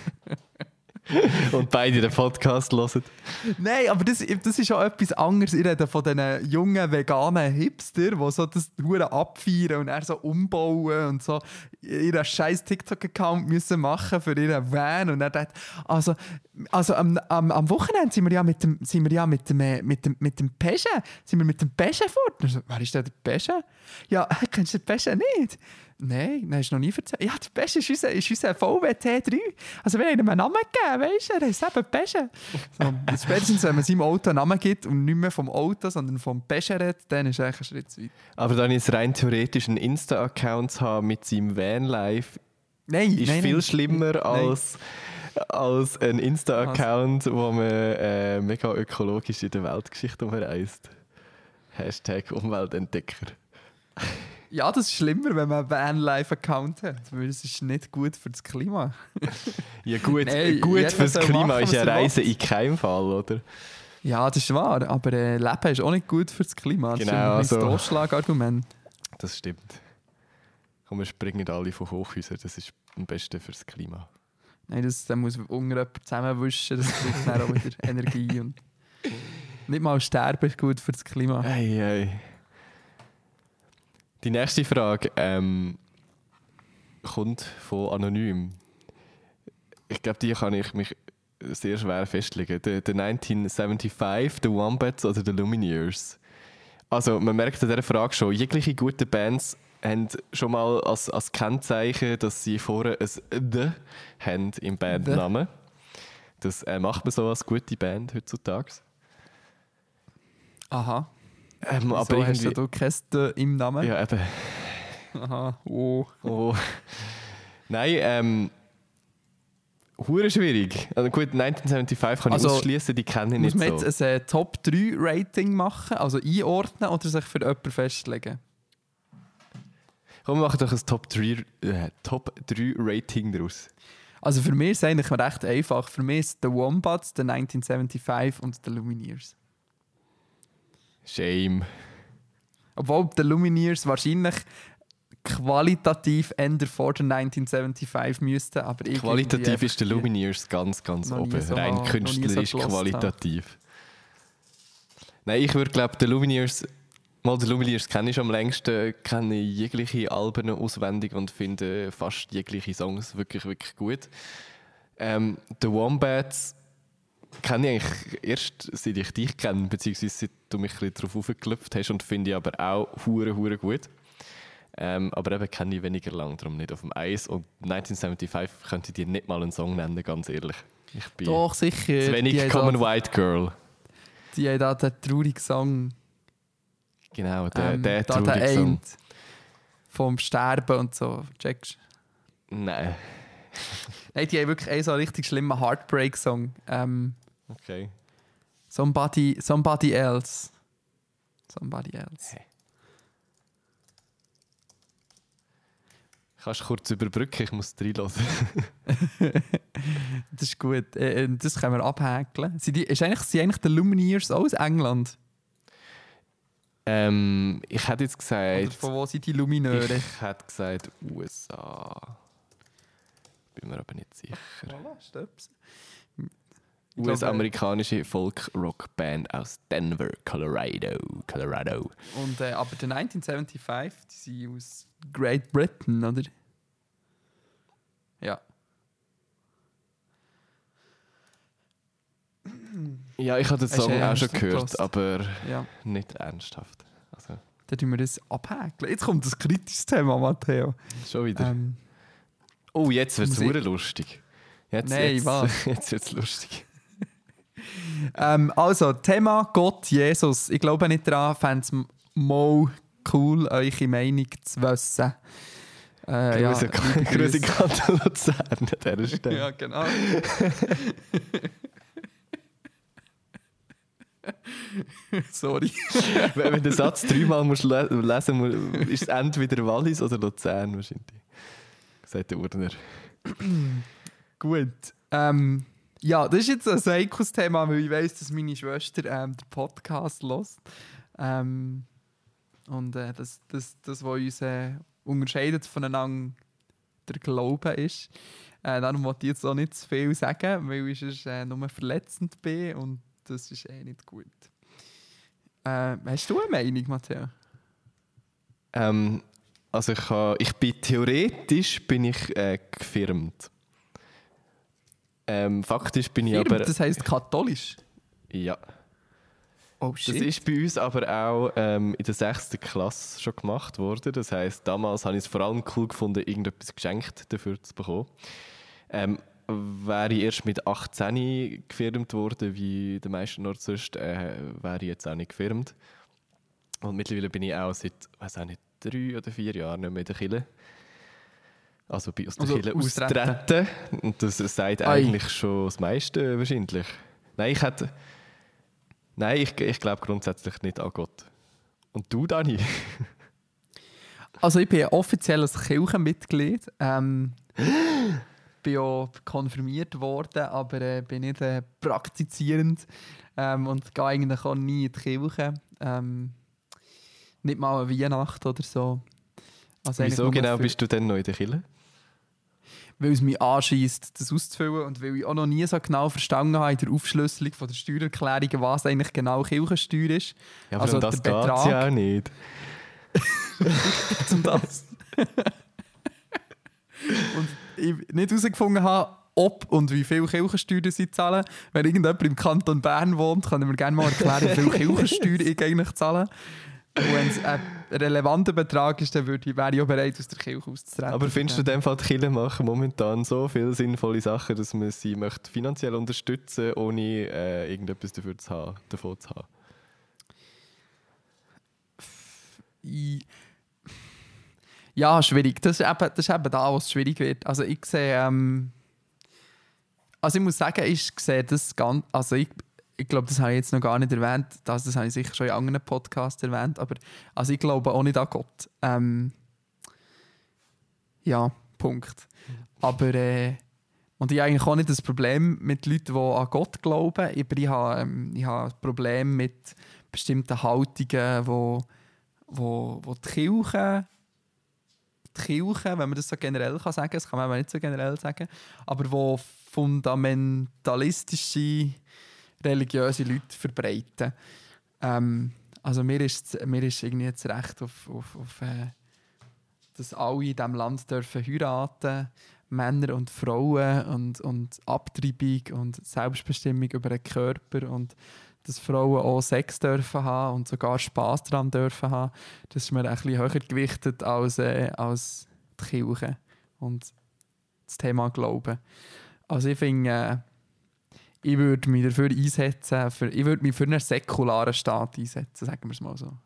Und beide den Podcast hören. Nein, aber das ist auch etwas anderes. Ich rede von diesen jungen veganen Hipster, die so das Huren abfeiern und er so umbauen und so ihren scheiß TikTok-Account müssen machen für ihren Van. Und er dachte, also am Wochenende sind wir ja mit dem Pesche. Sind wir mit dem Pesche fort? Und so, wer ist denn der Pesche? Ja, kennst du den Pesche nicht? Nein, hast du noch nie erzählt. Ja, der Pesche ist unser VW T3. Also wir haben ihm einen Namen gegeben, weißt du? Er ist eben Pesche. So, spätestens, wenn man seinem Auto einen Namen gibt und nicht mehr vom Auto, sondern vom Pesche redet, dann ist er eigentlich ein Schritt zu weit. Aber dann jetzt rein theoretisch einen Insta-Account zu haben mit seinem Vanlife ist viel schlimmer als ein Insta-Account, wo man mega ökologisch in der Weltgeschichte umreist. # Umweltentdecker. Ja, das ist schlimmer, wenn man einen Vanlife-Account hat, weil es ist nicht gut für das Klima. Ja gut, Nein, gut jeder fürs soll Klima machen, ist was ja er Reisen will. in keinem Fall, oder? Ja, das ist wahr, aber Leben ist auch nicht gut für das Klima. Das Genau, ist ein Totschlagargument. Das stimmt. Komm, wir springen alle von Hochhäusern, das ist am besten fürs Klima. Nein, da muss unter jemand zusammenwischen, das braucht dann auch wieder Energie. Und nicht mal sterben ist gut für das Klima. Hey. Die nächste Frage kommt von Anonym. Ich glaube, die kann ich mich sehr schwer festlegen. Der 1975, The Wombats oder The Lumineers? Also, man merkt an dieser Frage schon, jegliche gute Bands haben schon mal als Kennzeichen, dass sie vorne ein «The» haben im Bandnamen. Das macht man so als gute Band heutzutage. Aha. Aber So hast irgendwie... du kein «The» im Namen? Ja, eben. Aha. Oh. Nein, hure schwierig. Also gut, 1975 kann ich ausschließen, die kenne ich muss nicht man so. jetzt ein Top-3-Rating machen, also einordnen oder sich für jemanden festlegen? Komm, wir machen doch ein Top-3-Rating daraus. Also für mich ist es eigentlich recht einfach. Für mich ist The Wombats, The 1975 und The Lumineers. Shame. Obwohl The Lumineers wahrscheinlich qualitativ eher vor der 1975 müssten, aber Qualitativ ist der Lumineers ganz oben. Rein künstlerisch qualitativ. Nein, ich würde glaube, der Lumineers kenne ich am längsten, kenne jegliche Alben auswendig und finde fast jegliche Songs wirklich gut. The Wombats kenne ich eigentlich erst, seit ich dich kenne, beziehungsweise seit du mich ein bisschen darauf aufgeklopft hast und finde ich aber auch hure gut. Aber eben kenne ich weniger lang, darum nicht auf dem Eis. Und 1975 könnte ich dir nicht mal einen Song nennen, ganz ehrlich. Ich bin Doch, sicher. zu wenig Common White Girl. Die haben da den traurigen Song. Genau, der da traurige der Song. eine vom Sterben und so. Checkst du? Nein. Nein, die haben wirklich einen so richtig schlimmen Heartbreak-Song. Okay. Somebody Else. Somebody Else. Hey. Kannst du kurz überbrücken? Ich muss reinhören. Das ist gut. Das können wir abhäkeln. Sind eigentlich die Lumineers aus England? Ich hätte jetzt Oder gesagt... von wo sind die Lumineure? Ich hätte gesagt USA. Bin mir aber nicht sicher. Voilà, stimmt's. US-amerikanische Folk-Rock-Band aus Denver, Colorado. Und, aber der 1975, die sind aus Great Britain, oder? Ja. Ja, ich habe den Hast Song du auch schon ernsthaft gehört, gehört? aber Ja. nicht ernsthaft. Also, Dann tun wir das abhäkeln. Jetzt kommt das kritische Thema, Matteo. schon wieder. Oh, jetzt wird es Musik. lustig. Jetzt Was? wird es lustig. Also, Thema Gott, Jesus. Ich glaube nicht daran, fände es mal cool, eure Meinung zu wissen. Grüße Kanton Luzern an dieser Stelle. Ja, genau. Sorry. Wenn du den Satz dreimal musst lesen musst, ist es entweder Wallis oder Luzern wahrscheinlich. Sagt der Urner. Gut. Ja, das ist jetzt ein heikles Thema, weil ich weiss, dass meine Schwester den Podcast hört. Und das, was uns unterscheidet voneinander, der Glaube ist. Darum wollte ich jetzt auch nicht zu viel sagen, weil ich sonst nur verletzend bin und das ist nicht gut. Hast du eine Meinung, Matteo? Also ich bin theoretisch gefirmt. Faktisch bin ich aber... Das heisst katholisch? Ja. Oh Das shit. ist bei uns aber auch in der 6. Klasse schon gemacht worden. Das heisst, damals habe ich es vor allem cool gefunden, irgendetwas geschenkt dafür zu bekommen. Wäre ich erst mit 18 gefirmt worden, wie der meisten Orte sonst, wäre ich jetzt auch nicht gefirmt. Und mittlerweile bin ich auch seit, weiß auch nicht, 3 oder 4 Jahren nicht mehr in der Kirche. Also aus der Kirche austreten. Und das sagt eigentlich schon das meiste wahrscheinlich. Nein, ich glaube grundsätzlich nicht an Gott. Und du, Dani? Also ich bin offizielles Kirchenmitglied. Bin auch konfirmiert worden, aber bin nicht praktizierend und gehe eigentlich auch nie in die Kirche. Nicht mal an Weihnachten oder so. Also wieso genau bist du denn noch in der Kirche? Weil es mich anscheisst, das auszufüllen und weil ich auch noch nie so genau verstanden habe in der Aufschlüsselung von der Steuererklärung, was eigentlich genau Kirchensteuer ist. Ja, aber also um das geht es ja auch nicht. Um das. Und ich nicht herausgefunden habe, ob und wie viel Kirchensteuern sie zahlen. Wenn irgendjemand im Kanton Bern wohnt, kann mir gerne mal erklären, wie viel Kirchensteuer ich eigentlich zahle. Und wenn es ein relevanter Betrag ist, dann wäre ich auch bereit, aus der Kirche auszutreten. Aber findest du in dem Fall, die Kirche machen momentan so viele sinnvolle Sachen, dass man sie möchte finanziell unterstützen möchte, ohne irgendetwas davon zu haben? Ja, schwierig. Das ist eben da, wo es schwierig wird. Also ich sehe... also ich muss sagen, ich sehe das ganz... Also ich glaube, das habe ich jetzt noch gar nicht erwähnt. Das habe ich sicher schon in anderen Podcasts erwähnt. Aber also ich glaube auch nicht an Gott. Ja, Punkt. Aber und ich habe eigentlich auch nicht das Problem mit Leuten, die an Gott glauben. Aber ich habe ein Problem mit bestimmten Haltungen, wo die Kirche, wenn man das so generell kann sagen, das kann man aber nicht so generell sagen, aber wo fundamentalistische religiöse Leute verbreiten. Also mir ist irgendwie jetzt recht auf dass alle in diesem Land dürfen heiraten, Männer und Frauen und Abtreibung und Selbstbestimmung über den Körper und dass Frauen auch Sex dürfen haben und sogar Spass daran dürfen haben. Das ist mir ein bisschen höher gewichtet als die Kirche und das Thema Glauben. Also ich finde, ich würde mich dafür einsetzen, ich würde mich für einen säkularen Staat einsetzen, sagen wir es mal so.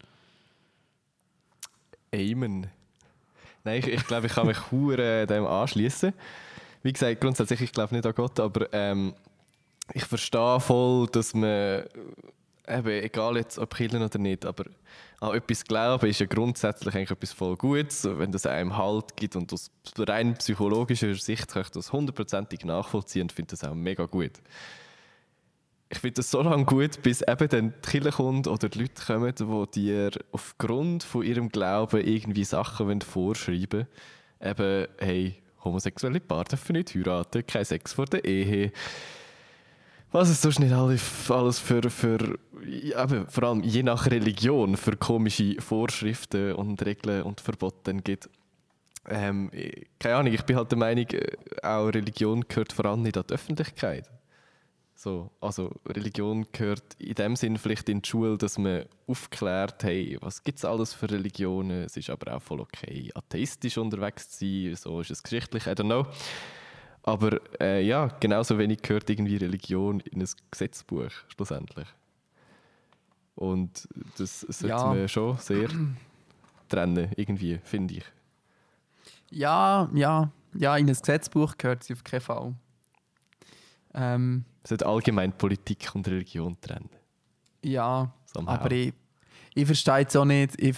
Amen. Nein, ich glaube, ich kann mich dem anschließen. Wie gesagt, grundsätzlich, ich glaube nicht an Gott, aber ich verstehe voll, dass man, eben, egal jetzt ob Kirche oder nicht, aber an etwas glauben ist ja grundsätzlich eigentlich etwas voll Gutes, wenn das einem Halt gibt, und aus rein psychologischer Sicht kann ich das 100%ig nachvollziehen und finde das auch mega gut. Ich finde das so lange gut, bis eben dann die Kirche kommt oder die Leute kommen, die dir aufgrund von ihrem Glauben irgendwie Sachen vorschreiben wollen. Eben, hey, homosexuelle Paare dürfen nicht heiraten, kein Sex vor der Ehe. Was es sonst nicht alles für vor allem je nach Religion, für komische Vorschriften und Regeln und Verbote gibt. Keine Ahnung, ich bin halt der Meinung, auch Religion gehört vor allem nicht an die Öffentlichkeit. So, also Religion gehört in dem Sinn vielleicht in die Schule, dass man aufklärt, hey, was gibt es alles für Religionen? Es ist aber auch voll okay, atheistisch unterwegs zu sein, so ist es geschichtlich, I don't know. Aber ja, genauso wenig gehört irgendwie Religion in ein Gesetzbuch schlussendlich. Und das sollte man schon sehr trennen, irgendwie, finde ich. Ja, in ein Gesetzbuch gehört sie auf keinen Fall. Man sollte allgemein Politik und Religion trennen. Ja, Somehow. aber ich verstehe es auch nicht. Ich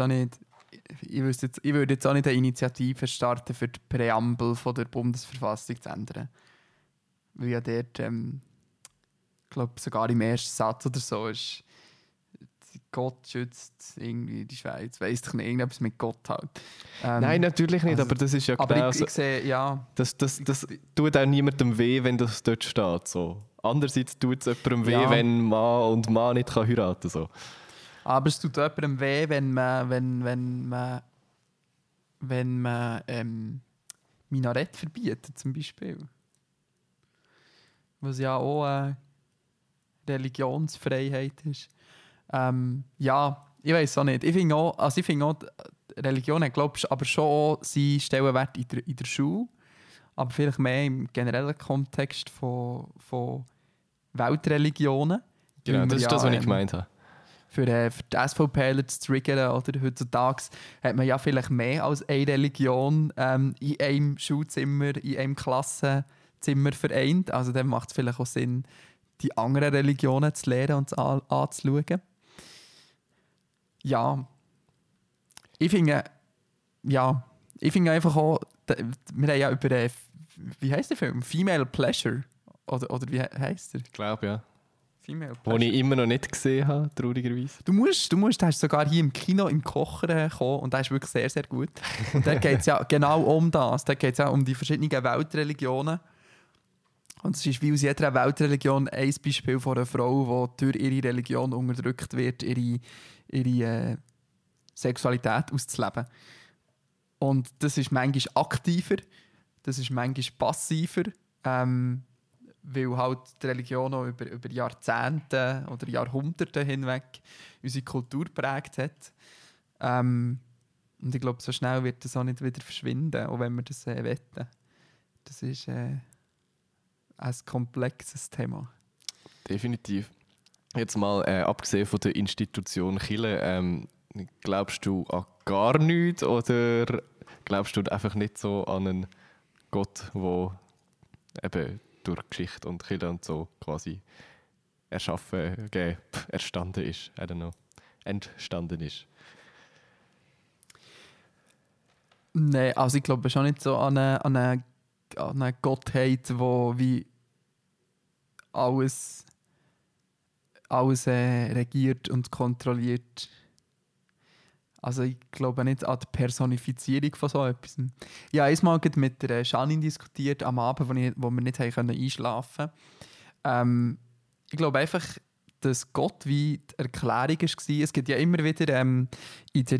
würde jetzt auch nicht eine Initiative starten, für die Präambel von der Bundesverfassung zu ändern. Weil ja dort, ich glaube sogar im ersten Satz oder so, ist Gott schützt irgendwie die Schweiz. Weiss ich nicht, irgendetwas mit Gott halt. Nein, natürlich nicht, aber das ist ja aber genau ich sehe, ja. Das tut auch niemandem weh, wenn das dort steht. So. Andererseits tut es jemandem weh, wenn Mann und Mann nicht heiraten kann. So. Aber es tut jemandem weh, wenn man Minarett verbietet, zum Beispiel. Was ja auch Religionsfreiheit ist. Ja, ich weiß auch nicht. Ich finde auch, Religion hat, glaube ich, aber schon auch seinen Stellenwert in der Schule. Aber vielleicht mehr im generellen Kontext von Weltreligionen. Genau, das ist das, was ich gemeint habe. Für die SVPler zu triggern, oder? Heutzutage hat man ja vielleicht mehr als eine Religion in einem Schulzimmer, in einem Klassenzimmer vereint. Also dann macht es vielleicht auch Sinn, die anderen Religionen zu lernen und anzuschauen. Ja. Ich finde einfach auch, wir haben ja über, wie heisst der Film? Female Pleasure? Oder wie heisst der? Ich glaube, ja. Female Den Pleasure. ich immer noch nicht gesehen habe, traurigerweise. Du musst, der ist sogar hier im Kino im Kocher gekommen und der ist wirklich sehr, sehr gut. Und da geht es ja genau um das. Da geht es ja um die verschiedenen Weltreligionen. Und es ist wie aus jeder Weltreligion ein Beispiel von einer Frau, die durch ihre Religion unterdrückt wird, ihre Sexualität auszuleben. Und das ist manchmal aktiver, das ist manchmal passiver, weil halt die Religion auch über Jahrzehnte oder Jahrhunderte hinweg unsere Kultur geprägt hat. Und ich glaube, so schnell wird das auch nicht wieder verschwinden, auch wenn wir das wetten. Das ist ein komplexes Thema. Definitiv. Jetzt mal abgesehen von der Institution Kirche, glaubst du an gar nichts oder glaubst du einfach nicht so an einen Gott, der eben durch Geschichte und Kirche und so quasi entstanden ist? Entstanden ist. Nein, also ich glaube schon nicht so an eine Gottheit, wo wie alles regiert und kontrolliert. Also ich glaube nicht an die Personifizierung von so etwas. Ich habe einmal mit der Janine diskutiert am Abend, wo wir nicht einschlafen konnten. Ich glaube einfach, dass Gott wie die Erklärung war. Es gibt ja immer wieder nicht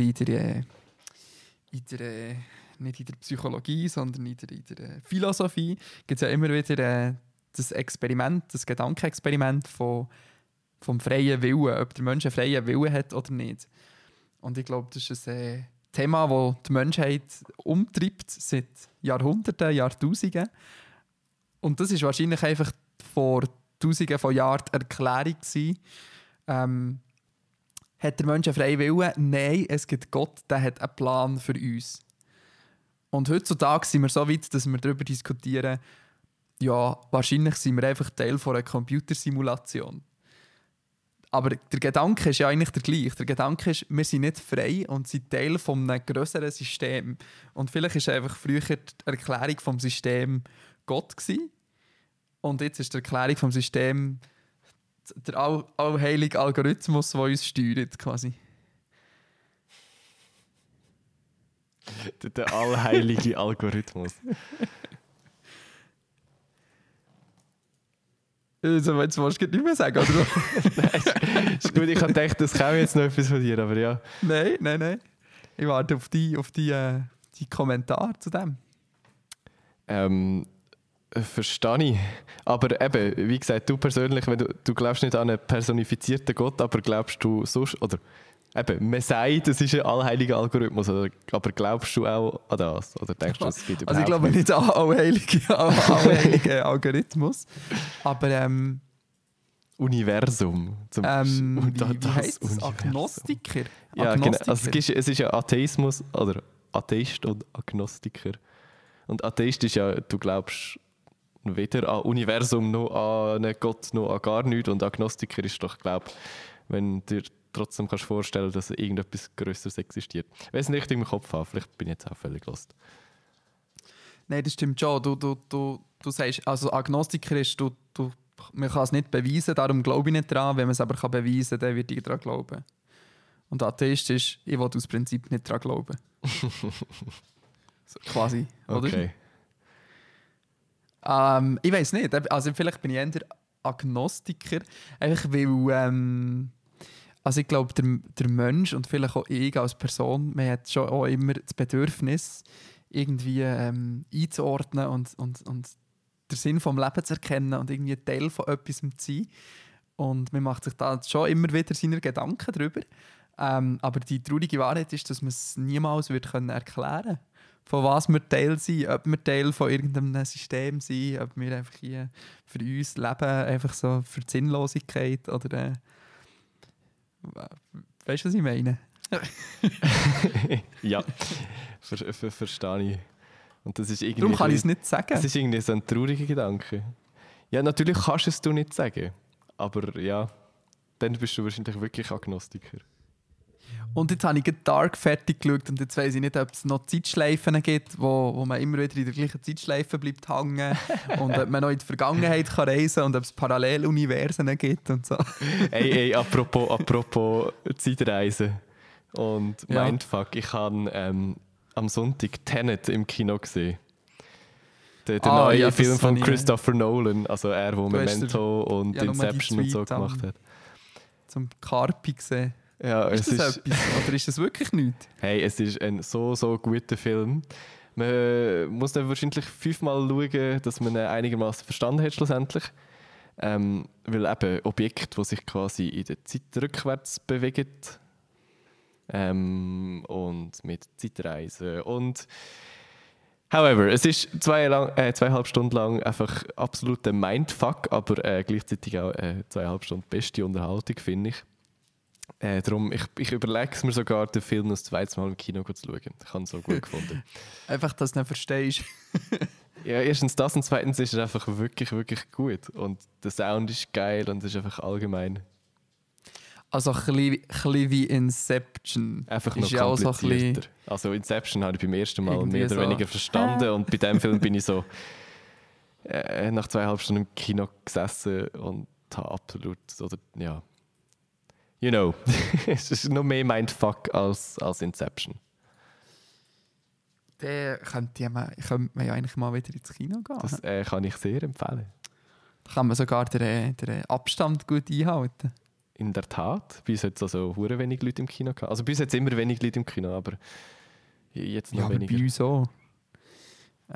in der Psychologie, sondern in der Philosophie gibt es ja immer wieder das Gedankenexperiment von vom freien Willen, ob der Mensch einen freien Willen hat oder nicht. Und ich glaube, das ist ein Thema, das die Menschheit umtreibt seit Jahrhunderten, Jahrtausenden. Und das ist wahrscheinlich einfach vor Tausenden von Jahren die Erklärung gewesen. Hat der Mensch einen freien Willen? Nein, es gibt Gott, der hat einen Plan für uns. Und heutzutage sind wir so weit, dass wir darüber diskutieren, ja, wahrscheinlich sind wir einfach Teil von einer Computersimulation. Aber der Gedanke ist ja eigentlich der gleiche. Der Gedanke ist, wir sind nicht frei und sind Teil von einem grösseren System. Und vielleicht war einfach früher die Erklärung vom System Gott gewesen. Und jetzt ist die Erklärung vom System der allheilige Algorithmus, der uns steuert, quasi. Der allheilige Algorithmus. Also, jetzt willst du nicht mehr sagen, oder? Nein, ist gut, ich habe gedacht, das käme jetzt noch etwas von dir, aber ja. Nein. Ich warte auf die Kommentare zu dem. Verstehe ich. Aber eben, wie gesagt, du persönlich, wenn du glaubst nicht an einen personifizierten Gott, aber glaubst du sonst, oder eben, man sagt, es ist ein allheiliger Algorithmus, aber glaubst du auch an das? Oder denkst du, es gibt überhaupt Also ich glaube nicht an allheiligen Algorithmus, aber Universum. Wie heisst das? Agnostiker? Ja, genau. Also es ist ja Atheismus, oder Atheist und Agnostiker. Und Atheist ist ja, du glaubst weder an Universum noch an einen Gott noch an gar nichts. Und Agnostiker ist doch, glaube ich, wenn du dir trotzdem kannst vorstellen, dass irgendetwas Größeres existiert. Wenn ich es nicht richtig im Kopf habe, vielleicht bin ich jetzt auch völlig lost. Nein, das stimmt schon. Du sagst, also Agnostiker ist, man kann es nicht beweisen, darum glaube ich nicht daran. Wenn man es aber beweisen kann, dann würde ich daran glauben. Und Atheist ist, ich will aus Prinzip nicht daran glauben. So, quasi, oder? Okay. Ich weiß nicht. Also vielleicht bin ich eher Agnostiker. Einfach weil, also ich glaube, der Mensch und vielleicht auch ich als Person, man hat schon auch immer das Bedürfnis, irgendwie einzuordnen und den Sinn vom Leben zu erkennen und irgendwie Teil von etwas zu sein. Und man macht sich da schon immer wieder seine Gedanken darüber. Aber die traurige Wahrheit ist, dass man es niemals erklären kann, von was wir Teil sind, ob wir Teil von irgendeinem System sind, ob wir einfach hier für uns leben, einfach so für die Sinnlosigkeit oder weißt du, was ich meine? Ja, verstehe ich. Und das ist irgendwie Darum kann ich es nicht sagen. Das ist irgendwie so ein trauriger Gedanke. Ja, natürlich kannst du es nicht sagen, aber ja, dann bist du wahrscheinlich wirklich Agnostiker. Und jetzt habe ich Dark fertig geschaut und jetzt weiss ich nicht, ob es noch Zeitschleifen gibt, wo man immer wieder in der gleichen Zeitschleife bleibt hängen und ob man noch in die Vergangenheit kann reisen kann und ob es Paralleluniversen gibt und so. Hey, apropos Zeitreisen und Mindfuck. Ich habe am Sonntag Tenet im Kino gesehen. Der neue Film von Christopher Nolan, also er, der Memento und Inception und so gemacht hat. Zum Carpi gesehen. Ja, ist das etwas? Oder ist das wirklich nichts? Hey, es ist ein so guter Film. Man muss dann wahrscheinlich 5-mal schauen, dass man ihn einigermaßen verstanden hat schlussendlich. Weil eben Objekte, die sich quasi in der Zeit rückwärts bewegen. Und mit Zeitreisen. Und however, es ist 2,5 Stunden lang einfach absoluter Mindfuck, aber gleichzeitig auch 2,5 Stunden beste Unterhaltung, finde ich. Darum, ich überlege es mir sogar, den Film das zweite Mal im Kino zu schauen. Ich habe es so gut gefunden. Einfach, dass du nicht verstehst. Ja, erstens das und zweitens ist es einfach wirklich, wirklich gut. Und der Sound ist geil und es ist einfach allgemein. Also ein bisschen wie Inception. Einfach noch ja komplizierter. Also Inception habe ich beim ersten Mal mehr oder weniger verstanden und bei dem Film bin ich so nach 2,5 Stunden im Kino gesessen und habe absolut, oder ja, you know, es ist noch mehr Mindfuck als Inception. Dann könnte man ja eigentlich mal wieder ins Kino gehen. Das kann ich sehr empfehlen. Da kann man sogar den Abstand gut einhalten. In der Tat. Bei uns hat es also hure wenig Leute im Kino gehabt. Also bei uns hat es immer wenig Leute im Kino, aber jetzt noch weniger. Bei uns auch.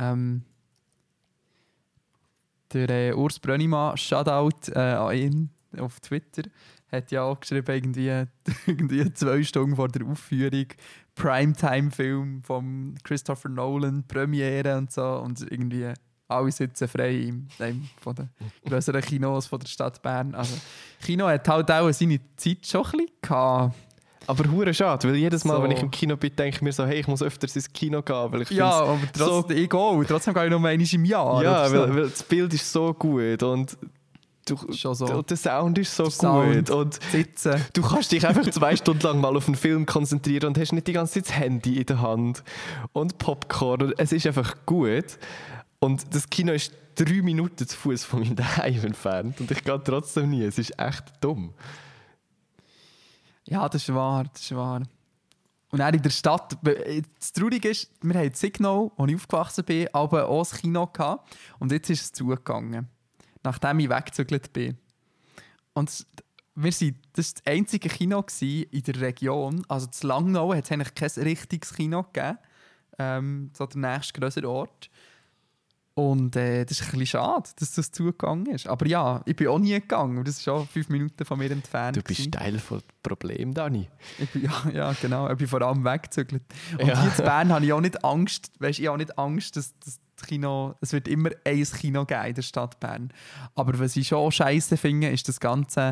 Der Urs Brönnimann, Shoutout an ihn. auf Twitter hat ja auch geschrieben, irgendwie 2 Stunden vor der Aufführung, Primetime-Film von Christopher Nolan, Premiere und so. Und irgendwie alle sitzen frei in einem von den grösseren Kinos von der Stadt Bern. Also, Kino hat halt auch seine Zeit schon ein bisschen gehabt. Aber hure schade, weil jedes Mal, So. wenn ich im Kino bin, denke ich mir so, hey, ich muss öfters ins Kino gehen, weil ich Ja, aber find's trotzdem, ich gehe. Trotzdem gehe ich nur einmal im Jahr. ja, oder so. weil das Bild ist so gut und Schon so. der Sound ist so Sound. gut und Sitzen. du kannst dich einfach 2 Stunden lang mal auf einen Film konzentrieren und hast nicht die ganze Zeit das Handy in der Hand und Popcorn. Und es ist einfach gut. Und das Kino ist 3 Minuten zu Fuß von meinem Daheim entfernt und ich gehe trotzdem nie. Es ist echt dumm. Ja, das ist wahr, das ist wahr. Und auch in der Stadt, das Traurige ist, wir haben Signal, als ich aufgewachsen bin, aber auch das Kino gehabt. Und jetzt ist es zugegangen, nachdem ich weggezügelt bin. Und das war das einzige Kino in der Region. Also in Langnau hat es eigentlich kein richtiges Kino gegeben. So der nächste grössere Ort. Und das ist ein bisschen schade, dass das zugegangen ist. Aber ja, ich bin auch nie gegangen. Und das ist schon 5 Minuten von mir entfernt. Du bist Teil des Problems, Dani. Ich bin, ja, genau. Ich bin vor allem weggezügelt. Und Ja. hier in Bern habe ich auch nicht Angst, ich habe nicht Angst, dass das Kino, es wird immer ein Kino geben in der Stadt Bern. Aber was ich schon scheiße finde, ist das ganze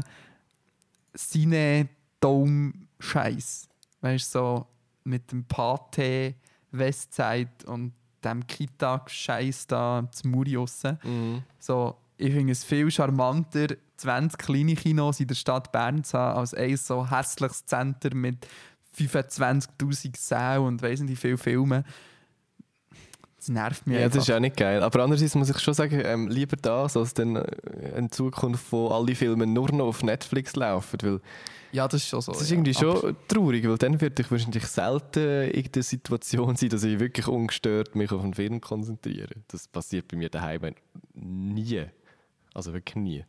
Cine-Dome-Scheiß. Weißt du, so mit dem Pate, Westside und dem Kita-Scheiß da zum Muri aussen. So, ich finde es viel charmanter, 20 kleine Kinos in der Stadt Bern zu haben, als ein so hässliches Center mit 25'000 Sälen und weiss nicht wie viele Filmen. Das nervt mich Ja, einfach. das ist auch nicht geil. Aber andererseits muss ich schon sagen, lieber das, als dann in Zukunft, wo alle Filme nur noch auf Netflix laufen. Weil Ja, das ist schon so. das ist ja. irgendwie Aber- schon traurig, weil dann würde ich wahrscheinlich selten in der Situation sein, dass ich wirklich ungestört mich auf einen Film konzentriere. Das passiert bei mir daheim nie. Also wirklich nie.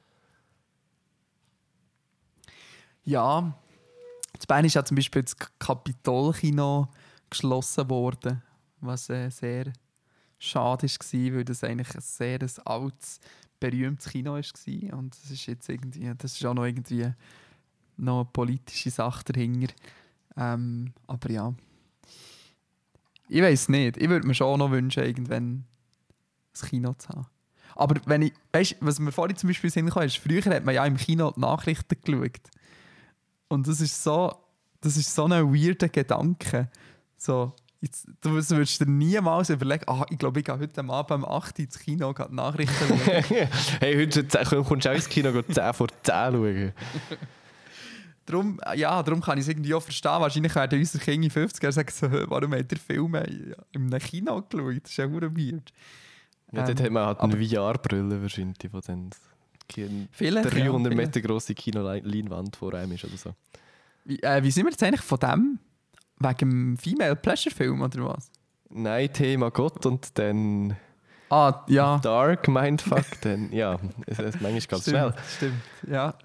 Ja, in Bern ist ja zum Beispiel das Kapitolkino geschlossen worden, was sehr schade war, weil das eigentlich ein sehr altes, berühmtes Kino war. Und das ist jetzt irgendwie, das ist auch noch irgendwie noch eine politische Sache dahinter. Aber ja, ich weiß nicht. Ich würde mir schon noch wünschen, irgendwann ein Kino zu haben. Aber wenn ich, weißt, was mir vorhin zum Beispiel in den Sinn kam, ist, früher hat man ja im Kino die Nachrichten geschaut. Und das ist so ein weirder Gedanke. So, jetzt, du würdest dir niemals überlegen, ich glaube, ich gehe heute Abend um 8 Uhr ins Kino und gehe die Nachrichten schauen. Hey, heute kommst du auch ins Kino 10 vor 10 schauen. Darum kann ich es irgendwie auch verstehen. Wahrscheinlich werden unsere Kinder 50 sagen so, warum habt ihr Filme in einem Kino geschaut? Das ist ja verdammt weird. Ja, dort hat man halt aber- eine VR-Brille wahrscheinlich, die dann eine Vielleicht, 300 ja, Meter grosse Kinoleinwand vor einem ist oder so. Wie sind wir jetzt eigentlich von dem? Wegen dem Female Pleasure Film oder was? Nein, Thema Gott und dann Ja. Dark Mindfuck, dann ja, es manchmal ganz schnell. Stimmt, ja.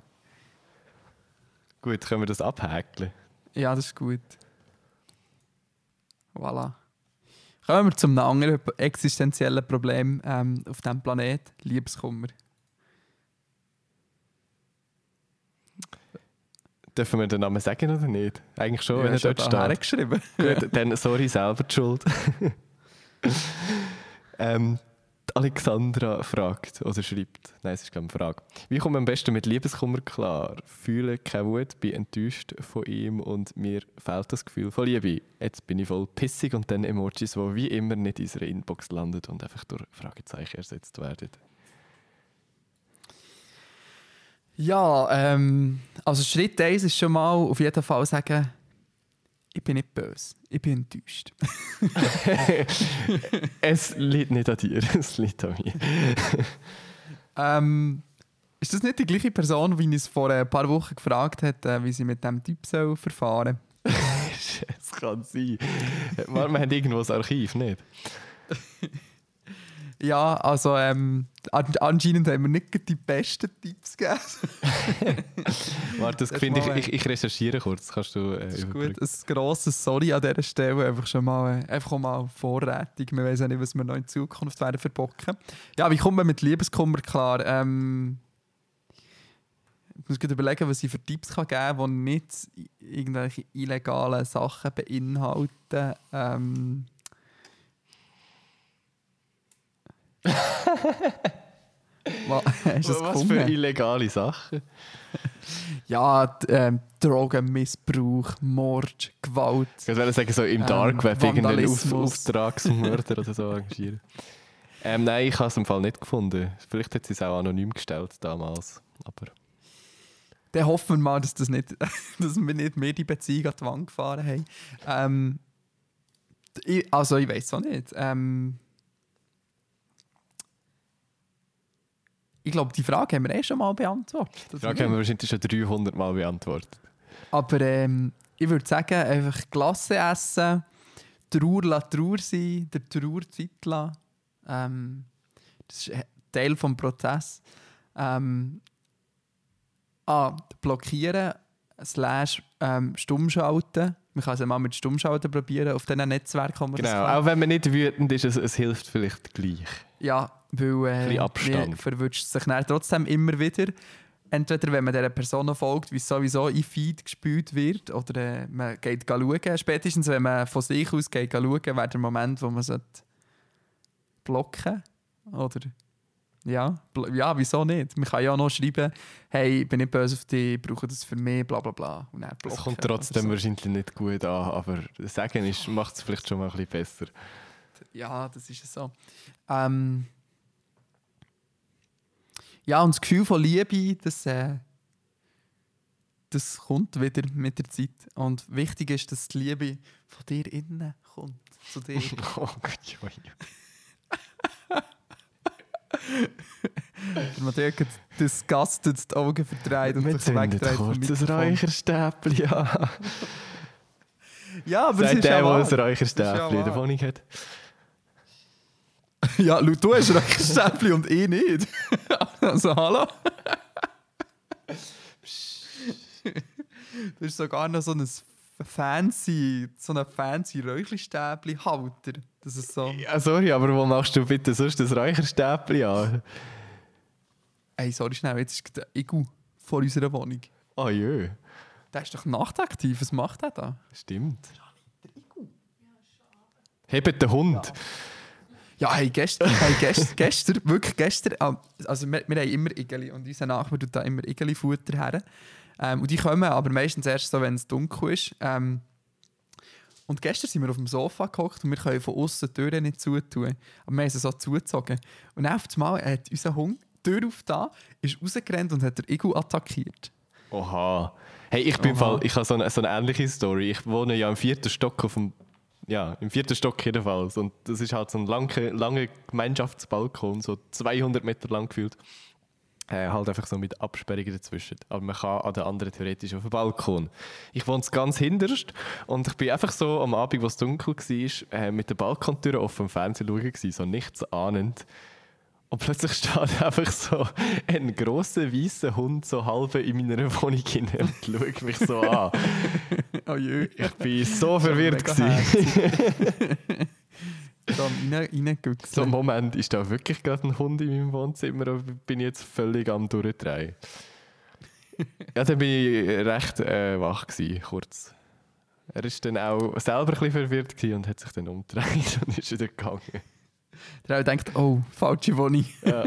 Gut, können wir das abhäkeln? Ja, das ist gut. Voilà. Kommen wir zu einem anderen existenziellen Problem auf diesem Planet, Liebeskummer. Dürfen wir den Namen sagen oder nicht? Eigentlich schon, wenn er hast du dort da steht. hergeschrieben. Gut, dann sorry, selber die Schuld. Die Alexandra fragt oder schreibt, nein, es ist keine Frage. Wie komme ich am besten mit Liebeskummer klar? Fühle keine Wut, bin enttäuscht von ihm und mir fehlt das Gefühl von Liebe. Jetzt bin ich voll pissig und dann Emojis, die wie immer nicht in unserer Inbox landen und einfach durch Fragezeichen ersetzt werden. Ja, also Schritt 1 ist schon mal auf jeden Fall sagen, ich bin nicht böse, ich bin enttäuscht. Es liegt nicht an dir, es liegt an mir. Ist das nicht die gleiche Person, wie uns vor ein paar Wochen gefragt hat, wie sie mit diesem Typ soll verfahren Es kann sein. Wir haben irgendwo das Archiv, nicht? Ja, also anscheinend haben wir nicht die besten Tipps gegeben. Warte, das Das finde mal, ich recherchiere kurz. Kannst du Das ist überbrücken? gut. Ein grosses Sorry an dieser Stelle. Einfach schon mal, einfach auch mal vorrätig. Wir wissen ja nicht, was wir noch in Zukunft werden verbocken. Ja, wie kommt man mit Liebeskummer klar? Ich muss gerade überlegen, was ich für Tipps kann geben kann, die nicht irgendwelche illegalen Sachen beinhalten. Hast du das Was für illegale Sachen? Ja, Drogenmissbrauch, Mord, Gewalt. Ich wollte sagen, so im Dark Web irgendeinen Auftragsmörder oder so engagieren. Nein, ich habe es im Fall nicht gefunden. Vielleicht hat sie es auch anonym gestellt damals. Aber Dann hoffen wir mal, dass wir nicht mehr die Beziehung an die Wand gefahren haben. Ich weiß auch nicht. Ich glaube, die Frage haben wir schon mal beantwortet. die Frage haben wir wahrscheinlich schon 300 Mal beantwortet. Aber ich würde sagen, einfach Glasse essen, Trauer lassen Trauer sein, der Trauer Zeit lassen. Das ist Teil des Prozesses. Blockieren, / stummschalten. Man kann es mal mit Stummschalten probieren auf diesen Netzwerken. Genau, auch wenn man nicht wütend ist, es hilft vielleicht gleich. Ja, weil man verwünscht sich dann trotzdem immer wieder. Entweder wenn man dieser Person folgt, wie es sowieso in Feed gespielt wird, oder man geht schauen. Spätestens wenn man von sich aus geht schauen, wäre der Moment, wo man blocken sollte. Oder ja, wieso nicht? Man kann ja auch noch schreiben, hey, ich bin nicht böse auf dich, ich brauche das für mich, bla bla bla. Und dann blocken. Es kommt trotzdem wahrscheinlich nicht gut an, aber sagen macht es vielleicht schon mal ein bisschen besser. Ja, das ist so. Ja, und das Gefühl von Liebe, das kommt wieder mit der Zeit. Und wichtig ist, dass die Liebe von dir innen kommt. Zu dir. Oh Gott, Man hat disgusted die Augen verdreht und sich wegdreht vom kurz Mikrofon. ein Räucherstäbchen, ja. Ja, aber Sagt es ist der, ja der wahr. ein Räucherstäbchen in der Wohnung hat. Ja, Lu, du hast Räucherstäbchen und ich nicht. Also, hallo? Das ist sogar noch so ein fancy Räucherstäbchen-Halter. Das ist so... Ja, sorry, aber wo machst du bitte sonst das Räucherstäbchen an? Ey, sorry schnell, jetzt ist der Igu vor unserer Wohnung. Oh jö. Der ist doch nachtaktiv, was macht der da? Stimmt. Hebt den Hund. Ja, hey, gestern, wirklich gestern, also wir haben immer Igeli und unser Nachbar tut da immer Igeli-Futter her. Und die kommen aber meistens erst so, wenn es dunkel ist. Und gestern sind wir auf dem Sofa gehockt und wir können von außen die Türen nicht zutun. Aber wir haben sie so zugezogen. Und dann auf einmal hat unser Hund die Tür aufgetan, ist rausgerannt und hat den Igel attackiert. Oha. Hey, ich habe so eine ähnliche Story. Ich wohne ja im 4. Stock im 4. Stock jedenfalls. Und das ist halt so ein langer Gemeinschaftsbalkon, so 200 Meter lang gefühlt. Halt einfach so mit Absperrungen dazwischen. Aber man kann an der anderen theoretisch auf den Balkon. Ich wohne ganz hinterst und ich bin einfach so am Abend, wo es dunkel war, mit der Balkontür offen am Fernsehen schauen, so nichts ahnend. Und plötzlich steht einfach so ein grosser, weißer Hund so halb in meiner Wohnung hinein und schaut mich so an. Oh je. Ich war so verwirrt. So im Moment ist da wirklich gerade ein Hund in meinem Wohnzimmer und bin jetzt völlig am Durchdrehen. Ja, dann bin ich recht wach gewesen, kurz. Er war dann auch selber ein bisschen verwirrt gewesen und hat sich dann umgedreht und ist wieder gegangen. Der auch denkt, oh, falsche Wohnung.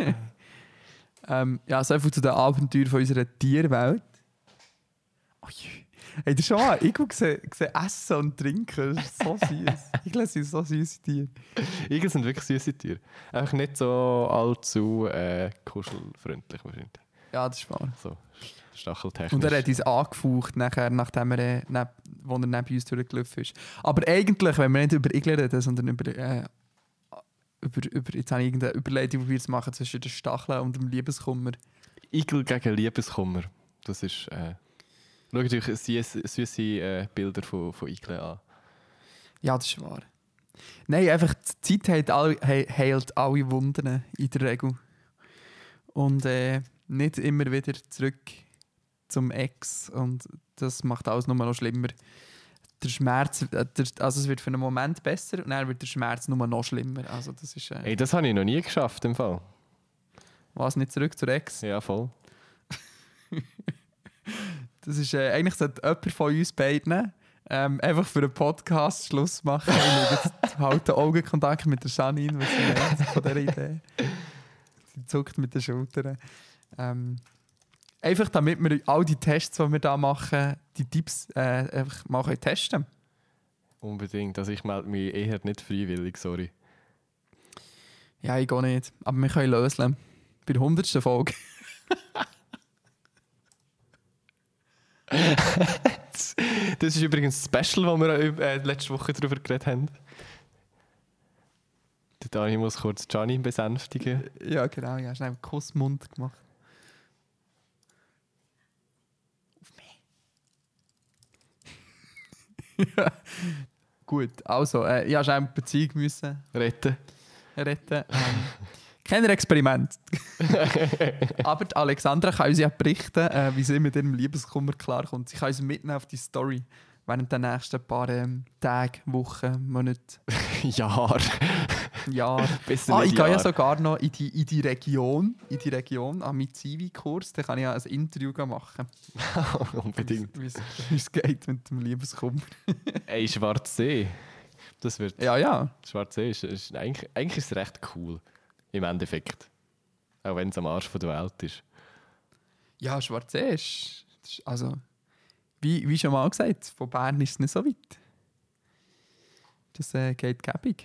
Ja. So viel zu den Abenteuern von unserer Tierwelt. Oh je. Hey, das ist schon mal, ich sehe Essen und Trinken, das ist so süß. Igel sind so süße Tiere. Igel sind wirklich süße Tiere. Einfach nicht so allzu kuschelfreundlich wahrscheinlich. Ja, das ist wahr. So stacheltechnisch. Und er hat uns angefaucht, nachdem er neben uns durchgelaufen ist. Aber eigentlich, wenn wir nicht über Igel reden, sondern über jetzt habe ich irgendeine Überleitung, wie wir es machen, zwischen den Stacheln und dem Liebeskummer. Igel gegen Liebeskummer. Das ist... Schaut euch süße Bilder von Igeln an. Ja, das ist wahr. Nein, einfach die Zeit heilt alle Wunden in der Regel. Und nicht immer wieder zurück zum Ex. Und das macht alles nur noch schlimmer. Der Schmerz, also es wird für einen Moment besser und dann wird der Schmerz nur noch schlimmer. Also das ist... Hey, das habe ich noch nie geschafft im Fall. Was, nicht zurück zur Ex? Ja, voll. Das ist eigentlich sollte jemand von uns beiden einfach für einen Podcast Schluss machen. Ich halte Augenkontakt mit der Janine, was sie meint von dieser Idee. Sie zuckt mit den Schultern. Einfach damit wir all die Tests, die wir da machen, die Tipps einfach mal testen können. Unbedingt. Also ich melde mich eher nicht freiwillig, sorry. Ja, ich gehe nicht. Aber wir können lösen. Bei der 100. Folge. Das ist übrigens das Special, das wir letzte Woche darüber geredet haben. Der Dani muss kurz Gianni besänftigen. Ja, genau. Ja, schnell einen Kussmund gemacht. Auf mich. Ja. Gut, also, ich musste eine Beziehung müssen Retten. Kein Experiment. Aber die Alexandra kann uns ja berichten, wie sie mit ihrem Liebeskummer klarkommt. Sie kann uns mitnehmen auf die Story während der nächsten paar Tage, Wochen, Monate. Jahr. Besser Ich nicht gehe ja Jahr. sogar noch in die Region an meinen Zivi-Kurs. Da kann ich ja ein Interview machen. Unbedingt. Wie es geht mit dem Liebeskummer. Ey, Schwarzsee. Das wird... Ja. Schwarzsee ist eigentlich ist es recht cool. Im Endeffekt. Auch wenn es am Arsch von der Welt ist. Ja, Schwarzsee ist also, wie schon mal gesagt, von Bern ist es nicht so weit. Das geht gäbig.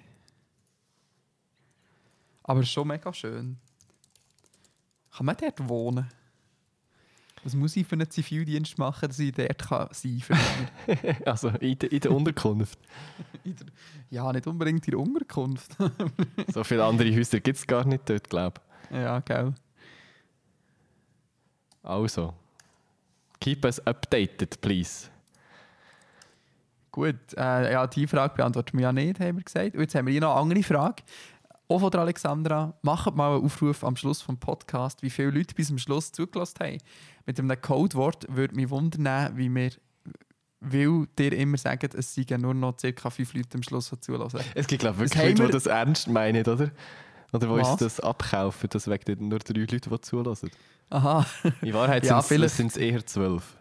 Aber es ist schon mega schön. Kann man dort wohnen? Was muss ich für einen Zivildienst machen, dass ich dort sein kann? Also in der Unterkunft. Ja, nicht unbedingt in der Unterkunft. So viele andere Häuser gibt es gar nicht dort, glaube ich. Ja, gell. Also, keep us updated, please. Gut, ja, die Frage beantworten wir ja nicht, haben wir gesagt. Und jetzt haben wir hier noch eine andere Frage. Auch von der Alexandra. Macht mal einen Aufruf am Schluss des Podcasts, wie viele Leute bis zum Schluss zugelassen haben. Mit einem Codewort würde mich wundern, wie wir, weil dir immer sagen, es seien nur noch ca. 5 Leute am Schluss, die zulassen. Es gibt, glaube ich, Das wirklich haben Leute, wir- die das ernst meinen, oder? Oder wo Was? uns das abkaufen, dass wegen nur 3 Leute, die zulassen. Aha. In Wahrheit Ja, sind vielleicht. es eher 12.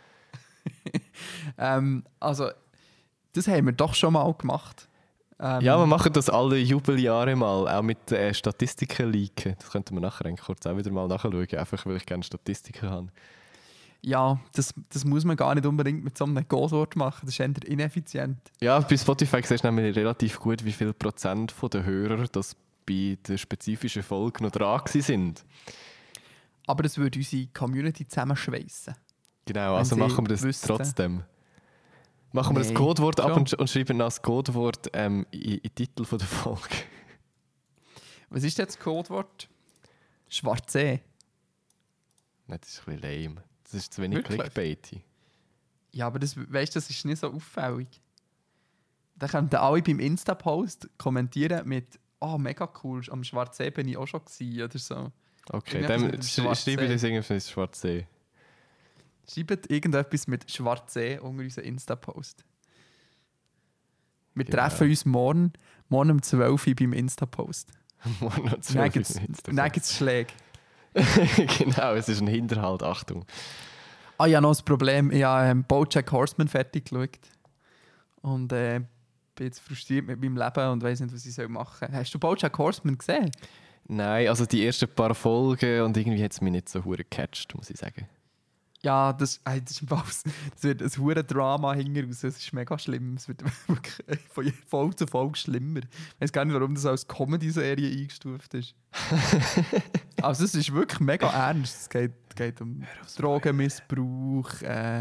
Also, das haben wir doch schon mal gemacht. Ja, wir machen das alle Jubeljahre mal, auch mit Statistiken leaken. Das könnten wir nachher eigentlich kurz auch wieder mal nachschauen, einfach weil ich gerne Statistiken habe. Ja, das muss man gar nicht unbedingt mit so einem Codewort machen. Das ist eher ineffizient. Ja, bei Spotify siehst du nämlich relativ gut, wie viel Prozent der Hörer das bei der spezifischen Folge noch dran sind. Aber es würde unsere Community zusammenschweissen. Genau, Wenn also sie machen wir das wüssten. trotzdem. Machen wir das Nein, Codewort ab schon. und schreiben das Codewort in den Titel von der Folge. Was ist jetzt das Codewort? Schwarzsee. Nein, das ist ein bisschen lame. Das ist zu wenig Wirklich? clickbaity. Ja, aber das ist nicht so auffällig. Da können alle beim Insta-Post kommentieren mit «Oh, mega cool, am Schwarzsee bin ich auch schon gewesen» oder so. Okay, Irgendetwas dann mit dem Schwarzsee. schreibe ich das irgendwie ins Schwarzsee. Schreibt irgendetwas mit Schwarzsee unter unseren Insta-Post. Wir Genau. treffen uns morgen um 12 Uhr beim Insta-Post. Morgen um 12 Dann Uhr gibt im Insta. es Schläge. Genau, es ist ein Hinterhalt, Achtung. Ah ja, noch ein Problem. Ich habe BoJack Horseman fertig geschaut. Und bin jetzt frustriert mit meinem Leben und weiss nicht, was ich machen soll. Hast du BoJack Horseman gesehen? Nein, also die ersten paar Folgen und irgendwie hat es mich nicht so hure gecatcht, muss ich sagen. Ja, das ist das wird ein hure Drama hinten raus. Es ist mega schlimm. Es wird wirklich von Folge zu Folge schlimmer. Ich weiß gar nicht, warum das als Comedy-Serie eingestuft ist. Also es ist wirklich mega ernst. Es geht um Drogenmissbrauch,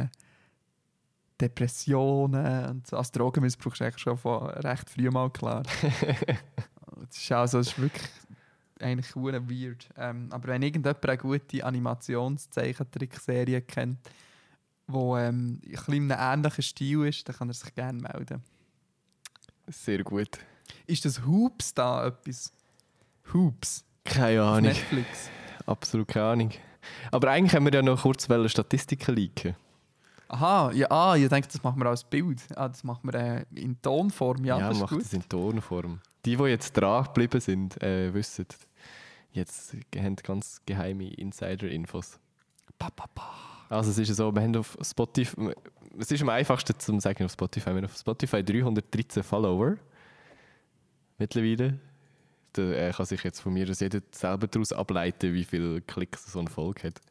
Depressionen und so. Also Drogenmissbrauch ist eigentlich schon von recht früh mal klar. Es ist wirklich eigentlich hure weird. Aber wenn irgendjemand eine gute Animationszeichentrickserie kennt, die ein bisschen in einem ähnlichen Stil ist, dann kann er sich gerne melden. Sehr gut. Ist das Hoops da etwas? Hoops? Keine Auf Ahnung. Netflix? Absolut keine Ahnung. Aber eigentlich haben wir ja noch kurz Statistiken leaken. Aha, ja, ich denke, das machen wir als Bild. Das machen wir in Tonform. Ja, das ist macht gut. das in Tonform. Die jetzt dran geblieben sind, wissen, jetzt haben ganz geheime Insider-Infos. Also es ist so, wir haben auf Spotify, es ist am einfachsten zu sagen auf Spotify, wir haben auf Spotify 313 Follower mittlerweile. Da kann sich jetzt von mir aus jeder selber daraus ableiten, wie viele Klicks so eine Folge hat.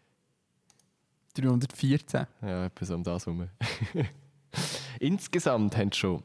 314. Ja, etwas um das herum. Insgesamt haben schon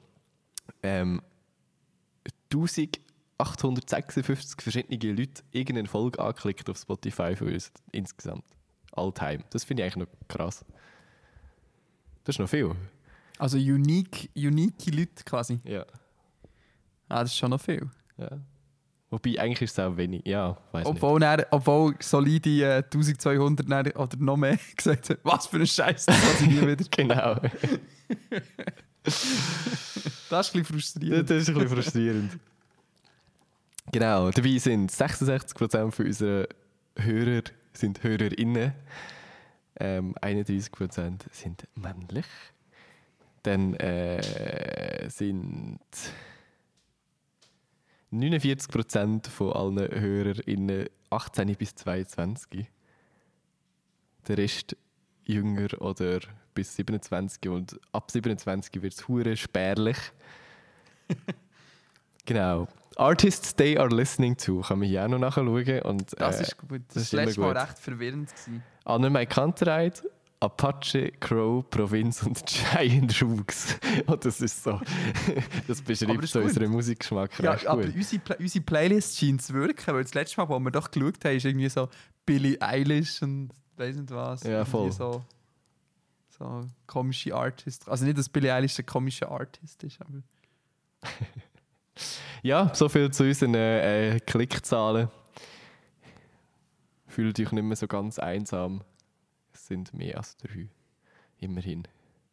1856 verschiedene Leute irgendeine Folge angeklickt auf Spotify von uns. Insgesamt. All-time. Das finde ich eigentlich noch krass. Das ist noch viel. Also unique Leute quasi. Ja. Ah, das ist schon noch viel. Ja. Wobei, eigentlich ist es auch wenig. Ja, weiß nicht. Obwohl solide 1200 oder noch mehr gesagt haben, was für ein Scheiß, das lasse ich nie wieder. Genau. Das ist ein bisschen frustrierend. Das ist ein bisschen frustrierend. Genau, dabei sind 66% von unseren Hörer sind HörerInnen. 31% sind männlich. Dann sind 49% von allen HörerInnen 18 bis 22. Der Rest jünger oder bis 27 und ab 27 wird es hure spärlich. Genau. Artists they are listening to kann man hier auch noch nachschauen. Und, Das ist gut. Das ist war immer letztes Mal gut. recht verwirrend gewesen. Annemai Kantereit, Apache, Crow, Provinz und Giant Rooks. Und das ist so. Das Aber beschreibt ist so gut. unseren Musikgeschmack Ja, recht aber gut. unsere Playlist scheint zu wirken, weil das letzte Mal, wo wir doch geschaut haben, ist irgendwie so Billie Eilish und weiss nicht was. Ja, voll. Irgendwie so komische Artists. Also nicht, dass Billie Eilish ein komischer Artist ist, aber... Ja, so viel zu unseren Klickzahlen. Fühlt euch nicht mehr so ganz einsam. Es sind mehr als 3. Immerhin.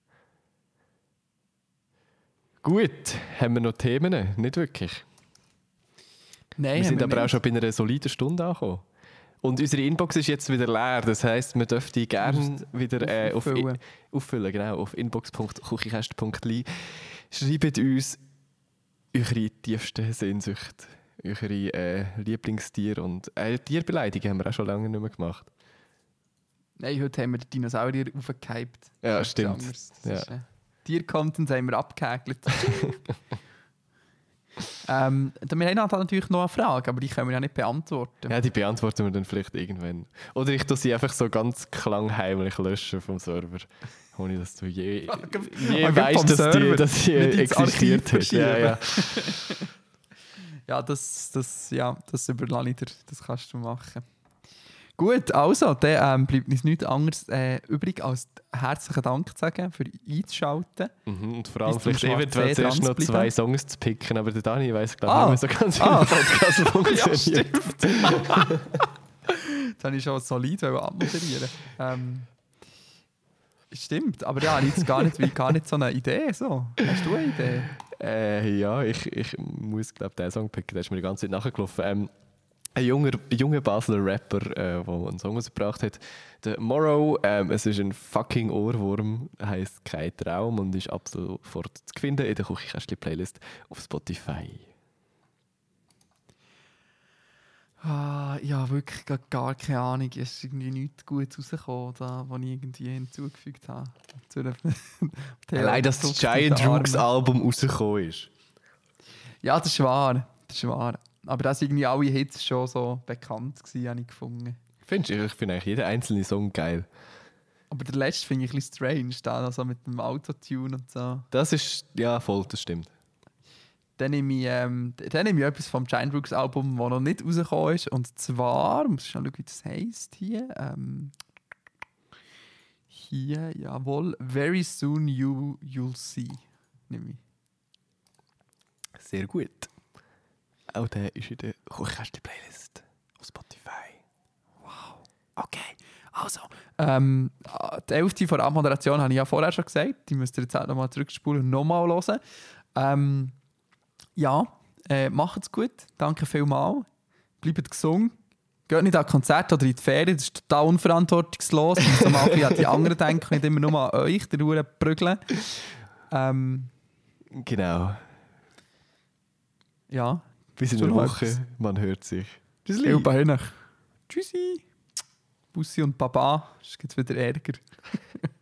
Gut, haben wir noch Themen? Nicht wirklich. Nein, Wir sind aber auch nicht. schon bei einer soliden Stunde angekommen. Und unsere Inbox ist jetzt wieder leer. Das heisst, wir dürften gerne wieder auffüllen. auffüllen. Genau, auf inbox.kuchikäst.li. Schreibt uns eure tiefsten Sehnsüchte, eure Lieblingstiere und Tierbeleidigungen haben wir auch schon lange nicht mehr gemacht. Nein, heute haben wir den Dinosaurier aufgehypt. Ja, Das ist stimmt. anders. Das Ja. ist, Tier-Content haben wir abgehäkelt. Wir haben natürlich noch eine Frage, aber die können wir ja nicht beantworten. Ja, die beantworten wir dann vielleicht irgendwann. Oder ich tue sie einfach so ganz klangheimlich löschen vom Server. Ohne dass du je weißt, dass sie nicht ins existiert Archiv hat. Ja, ja. Ja, das überlasse ich dir. Das kannst du machen. Gut, also, dann bleibt uns nichts anderes übrig, als herzlichen Dank zu sagen, für einzuschalten. Und vor allem Bis zum vielleicht eventuell Schwarzen zuerst noch dran zu 2 bleiben. Songs zu picken, aber der Dani weiss, glaube ich, nicht mehr so ganz, wie Ah. der Podcast Ja, funktioniert. stimmt. Jetzt habe ich schon solid abmoderieren. Stimmt, aber ja, ich habe gar nicht so eine Idee. So. Hast du eine Idee? Ja, ich muss, glaube ich, den Song picken, der ist mir die ganze Zeit nachgelaufen. Ein junger Basler Rapper, der einen Song rausgebracht hat. Der Morrow, es ist ein fucking Ohrwurm, heisst «Kein Traum» und ist ab sofort zu finden in der Kuchikästli-Playlist auf Spotify. Ja, wirklich gar keine Ahnung. Es ist irgendwie nichts Gutes rausgekommen, da, was ich irgendwie hinzugefügt habe. Allein, dass das Giant Rooks Album rausgekommen ist. Ja, das ist wahr. Aber da sind irgendwie alle Hits schon so bekannt gewesen, habe ich gefunden. Findest du? Ich finde eigentlich jeden einzelnen Song geil. Aber der letzte finde ich ein bisschen strange, da also mit dem Autotune und so. Das ist, ja voll, das stimmt. Dann nehme ich etwas vom Giant Rooks Album, das noch nicht rausgekommen ist. Und zwar, muss ich schauen, wie das heisst hier. Hier, jawohl. Very soon you'll see. Nehme ich. Sehr gut. Auch der ist in der Kuchikästli-Playlist auf Spotify. Okay, also. Die 11. vor Abmoderation habe ich ja vorher schon gesagt. Die müsst ihr jetzt auch nochmal zurückspulen und nochmal hören. Macht's gut. Danke vielmals. Bleibt gesund. Geht nicht an Konzerte oder in die Ferien. Das ist total unverantwortungslos. Ich muss mal ein bisschen an die anderen denken, nicht immer nur an euch, der Ruhe prügeln. Genau. Ja. Bis in Schon einer noch Woche. etwas? Man hört sich. Tschüss. Viel Beine. Tschüssi. Bussi und Baba, es gibt wieder Ärger.